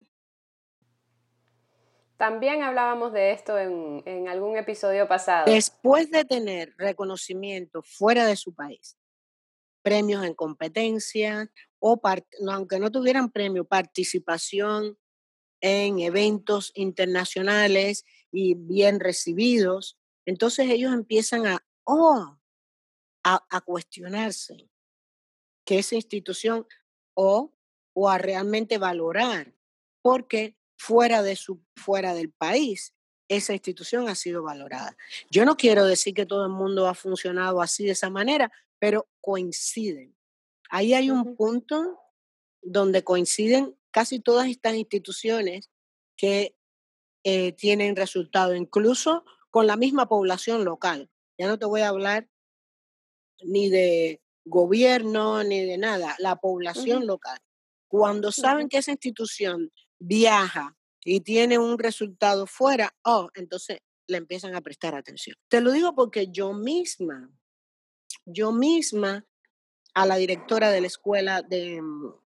También hablábamos de esto en, en algún episodio pasado. Después de tener reconocimiento fuera de su país, premios en competencias, o part- no, aunque no tuvieran premio, participación en eventos internacionales y bien recibidos, entonces ellos empiezan a, oh, a, a cuestionarse que esa institución o, o a realmente valorar, porque fuera, de su, fuera del país esa institución ha sido valorada. Yo no quiero decir que todo el mundo ha funcionado así de esa manera, pero coinciden. Ahí hay un punto donde coinciden casi todas estas instituciones que eh, tienen resultado, incluso con la misma población local. Ya no te voy a hablar ni de gobierno ni de nada, la población uh-huh. local. Cuando saben uh-huh. que esa institución viaja y tiene un resultado fuera, oh, entonces le empiezan a prestar atención. Te lo digo porque yo misma, yo misma a la directora de la escuela de,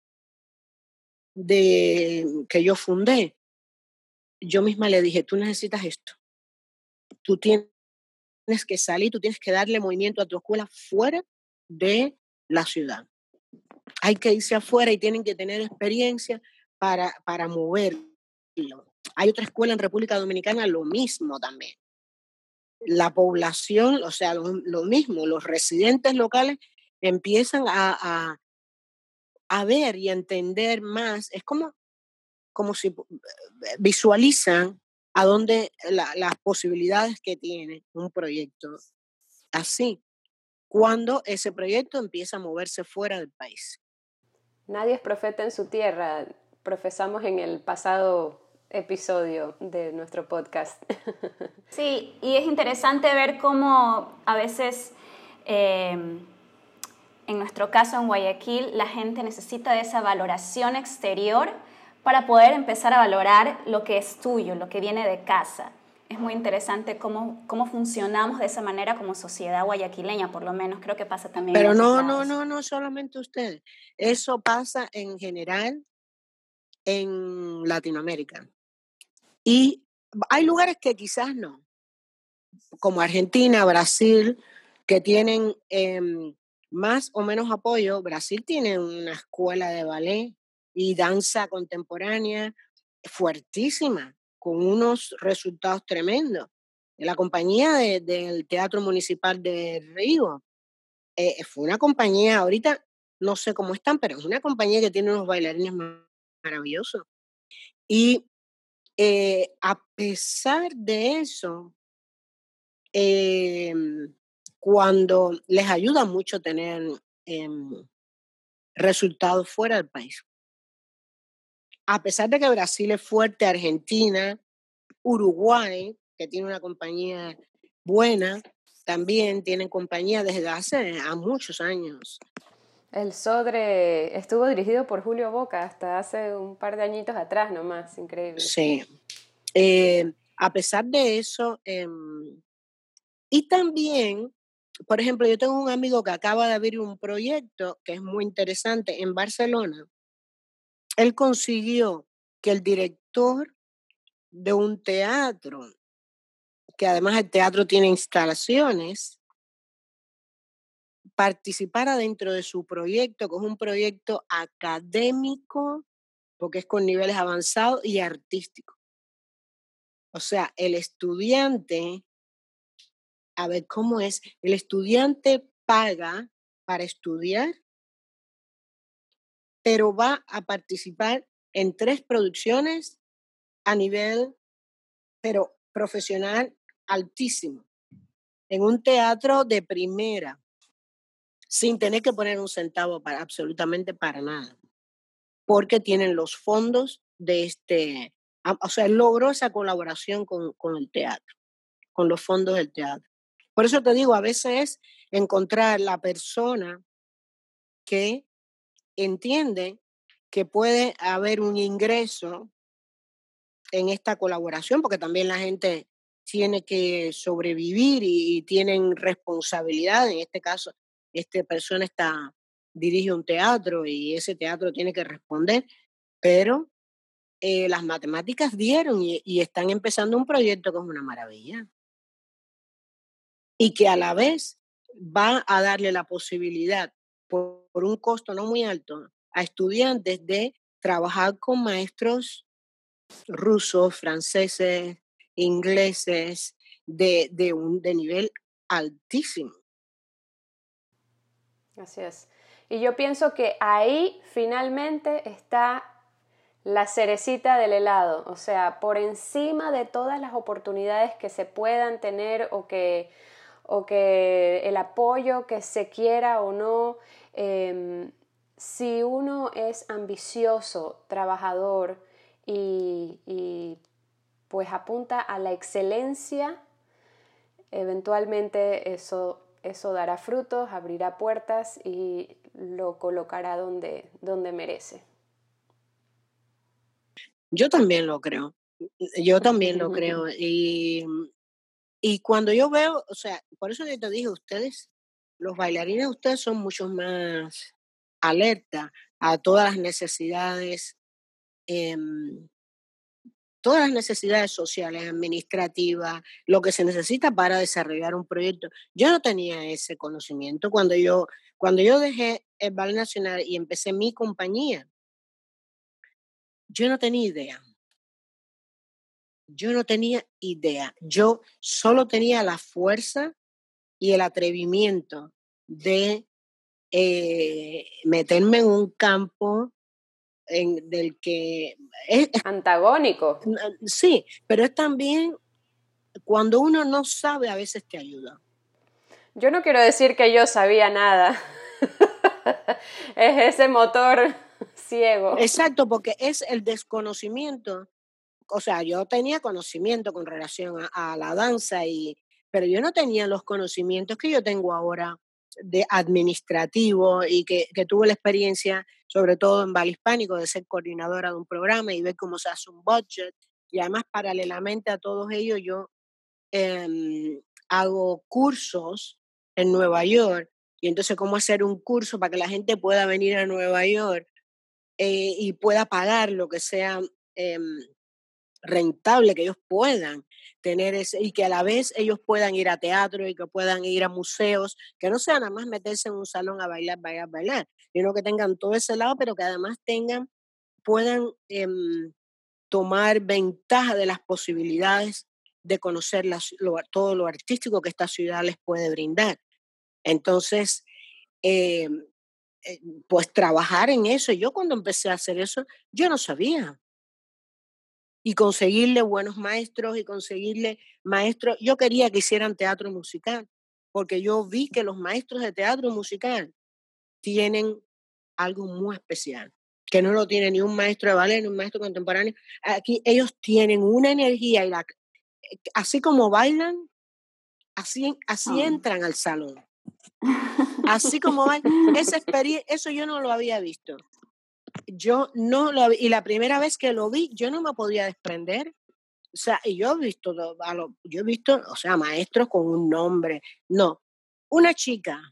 de que yo fundé, yo misma le dije, tú necesitas esto, tú tienes que salir, tú tienes que darle movimiento a tu escuela fuera de la ciudad. Hay que irse afuera y tienen que tener experiencia para, para moverlo. Hay otra escuela en República Dominicana, lo mismo también. La población, o sea, lo, lo mismo, los residentes locales empiezan a, a, a ver y a entender más. Es como, como si visualizan a dónde la, las posibilidades que tiene un proyecto así, cuando ese proyecto empieza a moverse fuera del país. Nadie es profeta en su tierra, profesamos en el pasado episodio de nuestro podcast. Sí, y es interesante ver cómo a veces, eh, en nuestro caso en Guayaquil, la gente necesita de esa valoración exterior para poder empezar a valorar lo que es tuyo, lo que viene de casa. Es muy interesante cómo, cómo funcionamos de esa manera como sociedad guayaquileña, por lo menos creo que pasa también Pero en otros no, lados. no, no, no solamente ustedes. Eso pasa en general en Latinoamérica. Y hay lugares que quizás no, como Argentina, Brasil, que tienen eh, más o menos apoyo. Brasil tiene una escuela de ballet y danza contemporánea fuertísima, con unos resultados tremendos. La compañía de, del Teatro Municipal de Río eh, fue una compañía, ahorita no sé cómo están, pero es una compañía que tiene unos bailarines maravillosos. Y eh, a pesar de eso, eh, cuando les ayuda mucho tener eh, resultados fuera del país. A pesar de que Brasil es fuerte, Argentina, Uruguay, que tiene una compañía buena, también tienen compañía desde hace a muchos años. El Sodre estuvo dirigido por Julio Boca hasta hace un par de añitos atrás nomás, increíble. Sí. Eh, a pesar de eso, eh, y también, por ejemplo, yo tengo un amigo que acaba de abrir un proyecto que es muy interesante en Barcelona. Él consiguió que el director de un teatro, que además el teatro tiene instalaciones, participara dentro de su proyecto, que es un proyecto académico, porque es con niveles avanzados y artísticos. O sea, el estudiante, a ver cómo es, el estudiante paga para estudiar, pero va a participar en tres producciones a nivel, pero profesional altísimo, en un teatro de primera, sin tener que poner un centavo para absolutamente para nada, porque tienen los fondos de este, o sea, logró esa colaboración con, con el teatro, con los fondos del teatro. Por eso te digo, a veces es encontrar la persona que entiende que puede haber un ingreso en esta colaboración, porque también la gente tiene que sobrevivir y, y tienen responsabilidad. En este caso, esta persona está, dirige un teatro y ese teatro tiene que responder, pero eh, las matemáticas dieron y, y están empezando un proyecto que es una maravilla y que a la vez va a darle la posibilidad, por, por un costo no muy alto, a estudiantes de trabajar con maestros rusos, franceses, ingleses, de, de, un, de nivel altísimo. Así es. Y yo pienso que ahí finalmente está la cerecita del helado, o sea, por encima de todas las oportunidades que se puedan tener o que, o que el apoyo que se quiera o no, eh, si uno es ambicioso, trabajador y, y pues apunta a la excelencia, eventualmente eso, eso dará frutos, abrirá puertas y lo colocará donde, donde merece. Yo también lo creo, yo también lo creo. Y, y cuando yo veo, o sea, por eso yo te dije, ustedes, los bailarines, ustedes son mucho más alerta a todas las necesidades, eh, todas las necesidades sociales, administrativas, lo que se necesita para desarrollar un proyecto. Yo no tenía ese conocimiento cuando yo, cuando yo dejé el Ballet Nacional y empecé mi compañía. Yo no tenía idea. Yo no tenía idea. Yo solo tenía la fuerza y el atrevimiento de eh, meterme en un campo en, del que es, es antagónico. Sí, pero es también cuando uno no sabe, a veces te ayuda. Yo no quiero decir que yo sabía nada. Es ese motor ciego. Exacto, porque es el desconocimiento. O sea, yo tenía conocimiento con relación a, a la danza, y, pero yo no tenía los conocimientos que yo tengo ahora de administrativo, y que, que tuve la experiencia, sobre todo en Ballet Hispánico, de ser coordinadora de un programa y ver cómo se hace un budget. Y además, paralelamente a todos ellos, yo eh, hago cursos en Nueva York, y entonces cómo hacer un curso para que la gente pueda venir a Nueva York eh, y pueda pagar lo que sea eh, rentable, que ellos puedan tener ese, y que a la vez ellos puedan ir a teatro y que puedan ir a museos, que no sea nada más meterse en un salón a bailar, bailar, bailar, sino que tengan todo ese lado, pero que además tengan, puedan eh, tomar ventaja de las posibilidades de conocer las, lo, todo lo artístico que esta ciudad les puede brindar. Entonces, eh, eh, pues trabajar en eso. Yo cuando empecé a hacer eso, yo no sabía. Y conseguirle buenos maestros y conseguirle maestros. Yo quería que hicieran teatro musical, porque yo vi que los maestros de teatro musical tienen algo muy especial, que no lo tiene ni un maestro de ballet, ni un maestro contemporáneo. Aquí ellos tienen una energía, y la, así como bailan, así, así oh. entran al salón. Así como bailan. Esa experiencia, eso yo no lo había visto. Yo no lo y la primera vez que lo vi, yo no me podía desprender. O sea, y yo he visto, a lo, yo he visto, o sea, maestros con un nombre. No, una chica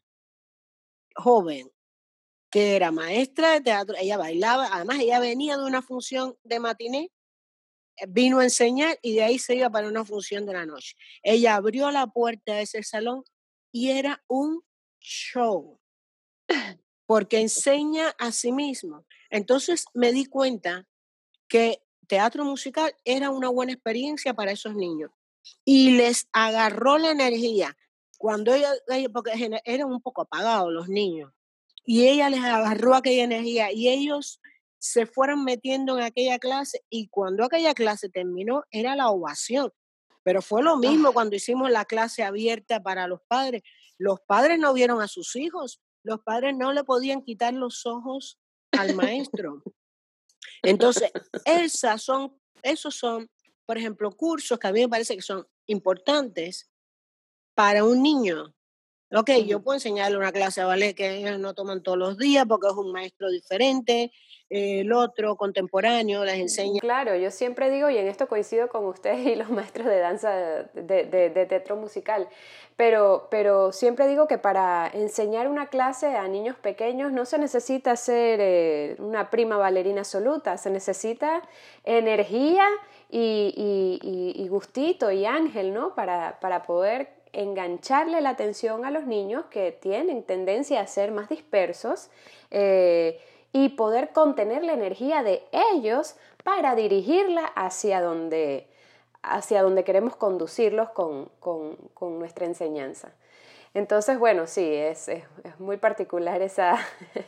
joven que era maestra de teatro, ella bailaba, además ella venía de una función de matiné, vino a enseñar y de ahí se iba para una función de la noche. Ella abrió la puerta de ese salón y era un show, porque enseña a sí mismo. Entonces me di cuenta que teatro musical era una buena experiencia para esos niños, y les agarró la energía cuando ella, porque eran un poco apagados los niños, y ella les agarró aquella energía y ellos se fueron metiendo en aquella clase, y cuando aquella clase terminó era la ovación. Pero fue lo mismo cuando hicimos la clase abierta para los padres. Los padres no vieron a sus hijos, los padres no le podían quitar los ojos al maestro. Entonces, esas son, esos son, por ejemplo, cursos que a mí me parece que son importantes para un niño. Ok, uh-huh. Yo puedo enseñarle una clase de ballet que ellos no toman todos los días porque es un maestro diferente, eh, el otro contemporáneo les enseña. Claro, yo siempre digo, y en esto coincido con ustedes y los maestros de danza de, de, de teatro musical, pero, pero siempre digo que para enseñar una clase a niños pequeños no se necesita ser eh, una prima bailarina absoluta, se necesita energía y, y, y, y gustito y ángel, ¿no? Para, para poder engancharle la atención a los niños que tienen tendencia a ser más dispersos eh, y poder contener la energía de ellos para dirigirla hacia donde, hacia donde queremos conducirlos con, con, con nuestra enseñanza. Entonces, bueno, sí, es, es, es muy particular esa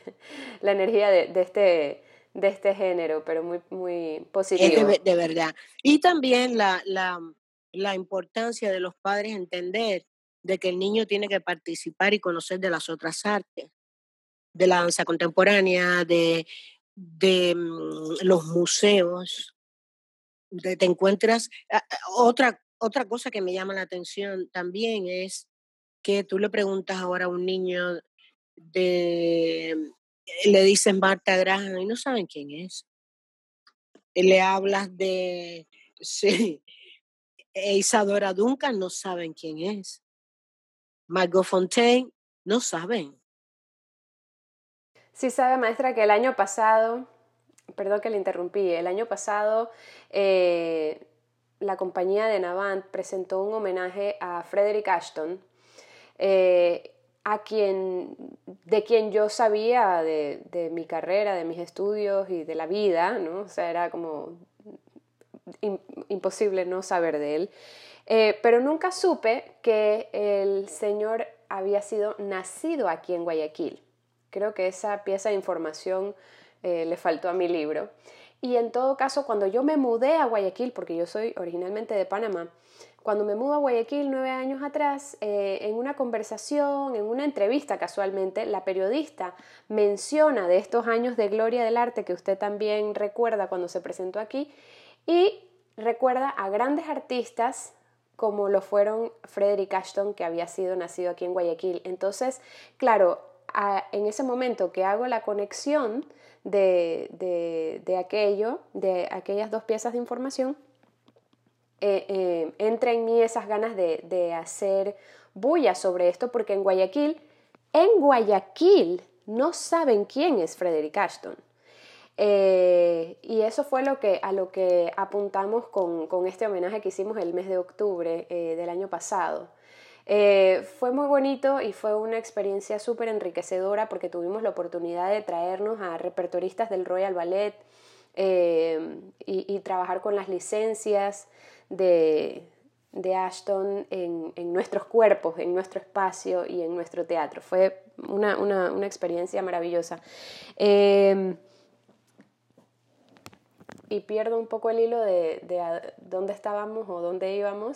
la energía de, de, este, de este género, pero muy, muy positivo. De, de verdad. Y también la... la la importancia de los padres entender de que el niño tiene que participar y conocer de las otras artes, de la danza contemporánea, de, de um, los museos, de, te encuentras uh, otra, otra cosa que me llama la atención también es que tú le preguntas ahora a un niño de, le dicen Martha Graham y no saben quién es. Le hablas de, sí, Isadora Duncan, no saben quién es. Margot Fontaine, no saben. Sí sabe, maestra, que el año pasado, perdón que le interrumpí, el año pasado eh, la compañía de Navant presentó un homenaje a Frederick Ashton, eh, a quien, de quien yo sabía de, de mi carrera, de mis estudios y de la vida, ¿no? O sea, era como in, imposible no saber de él. Eh, pero nunca supe que el señor había sido nacido aquí en Guayaquil. Creo que esa pieza de información eh, le faltó a mi libro. Y en todo caso, cuando yo me mudé a Guayaquil, porque yo soy originalmente de Panamá, cuando me mudo a Guayaquil nueve años atrás, eh, en una conversación, en una entrevista casualmente, la periodista menciona de estos años de gloria del arte que usted también recuerda cuando se presentó aquí, y recuerda a grandes artistas como lo fueron Frederick Ashton, que había sido nacido aquí en Guayaquil. Entonces, claro, a, en ese momento que hago la conexión de, de, de aquello, de aquellas dos piezas de información, eh, eh, entra en mí esas ganas de, de hacer bulla sobre esto, porque en Guayaquil, en Guayaquil no saben quién es Frederick Ashton. Eh, y eso fue lo que, a lo que apuntamos con, con este homenaje que hicimos el mes de octubre eh, del año pasado. Eh, fue muy bonito y fue una experiencia súper enriquecedora porque tuvimos la oportunidad de traernos a repertoristas del Royal Ballet eh, y, y trabajar con las licencias de, de Ashton en, en nuestros cuerpos, en nuestro espacio y en nuestro teatro. Fue una, una, una experiencia maravillosa. Eh, y pierdo un poco el hilo de, de a dónde estábamos o dónde íbamos,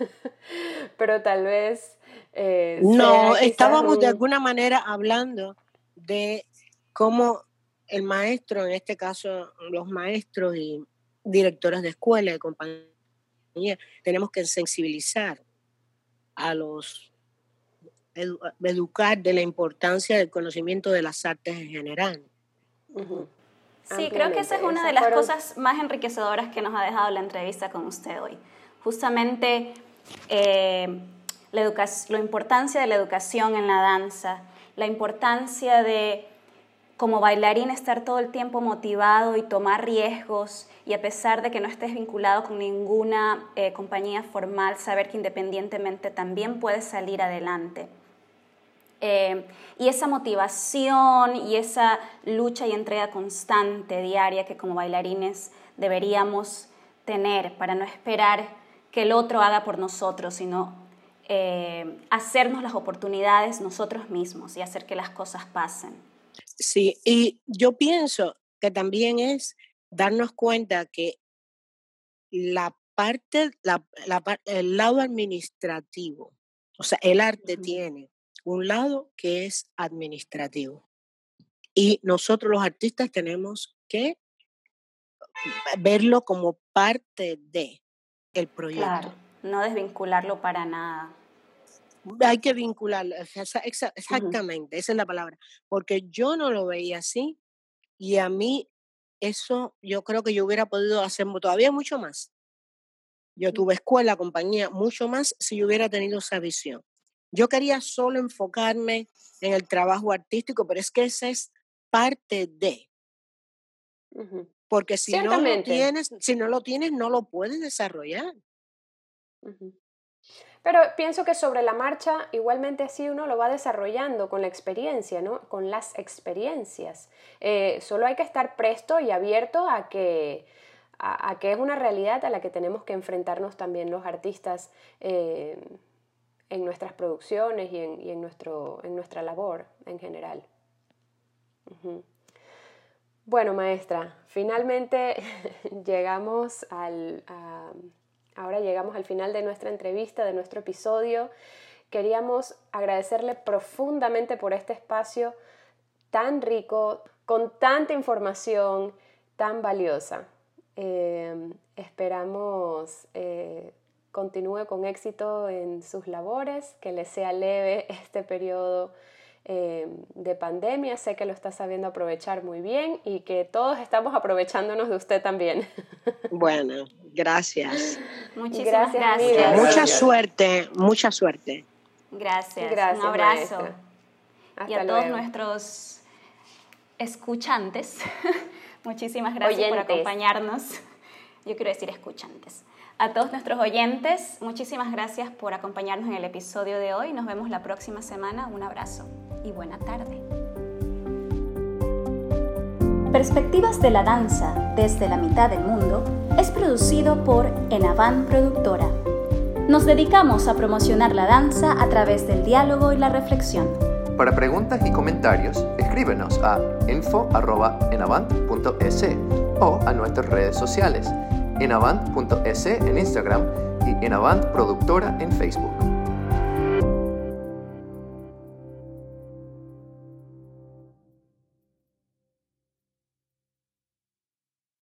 pero tal vez eh, no, sea estábamos un... de alguna manera hablando de cómo el maestro, en este caso los maestros y directores de escuela, de compañía, tenemos que sensibilizar a los, edu, educar de la importancia del conocimiento de las artes en general. Uh-huh. Sí, creo que esa es una de las fueron... cosas más enriquecedoras que nos ha dejado la entrevista con usted hoy. Justamente eh, la, educación, la importancia de la educación en la danza, la importancia de, como bailarín, estar todo el tiempo motivado y tomar riesgos, y a pesar de que no estés vinculado con ninguna eh, compañía formal, saber que independientemente también puedes salir adelante. Eh, y esa motivación y esa lucha y entrega constante, diaria, que como bailarines deberíamos tener para no esperar que el otro haga por nosotros, sino eh, hacernos las oportunidades nosotros mismos y hacer que las cosas pasen. Sí, y yo pienso que también es darnos cuenta que la parte, la, la, el lado administrativo, o sea, el arte uh-huh. tiene un lado que es administrativo. Y nosotros los artistas tenemos que verlo como parte de el proyecto. Claro, no desvincularlo para nada. Hay que vincularlo, exactamente, uh-huh. esa es la palabra. Porque yo no lo veía así y a mí eso yo creo que yo hubiera podido hacer todavía mucho más. Yo tuve escuela, compañía, mucho más si yo hubiera tenido esa visión. Yo quería solo enfocarme en el trabajo artístico, pero es que esa es parte de. Uh-huh. Porque si no lo tienes, si no lo tienes, no lo puedes desarrollar. Uh-huh. Pero pienso que sobre la marcha, igualmente así uno lo va desarrollando con la experiencia, ¿no? Con las experiencias. Eh, solo hay que estar presto y abierto a que, a, a que es una realidad a la que tenemos que enfrentarnos también los artistas eh, en nuestras producciones y en, y en, nuestro, en nuestra labor en general. Uh-huh. Bueno, maestra, finalmente llegamos al... A, Ahora llegamos al final de nuestra entrevista, de nuestro episodio. Queríamos agradecerle profundamente por este espacio tan rico, con tanta información tan valiosa. Eh, esperamos eh, continúe con éxito en sus labores, que le sea leve este periodo eh, de pandemia. Sé que lo está sabiendo aprovechar muy bien y que todos estamos aprovechándonos de usted también. Bueno, gracias. Muchísimas gracias. gracias. Mucha Gracias. suerte, mucha suerte. Gracias. Gracias, Un abrazo. maestra. Hasta Y a todos luego. nuestros escuchantes, muchísimas gracias Oyentes. por acompañarnos. Yo quiero decir escuchantes. A todos nuestros oyentes, muchísimas gracias por acompañarnos en el episodio de hoy. Nos vemos la próxima semana. Un abrazo y buena tarde. Perspectivas de la danza desde la mitad del mundo es producido por Enavant Productora. Nos dedicamos a promocionar la danza a través del diálogo y la reflexión. Para preguntas y comentarios, escríbenos a info arroba enavant punto es o a nuestras redes sociales, enavant punto es en Instagram y Enavant Productora en Facebook.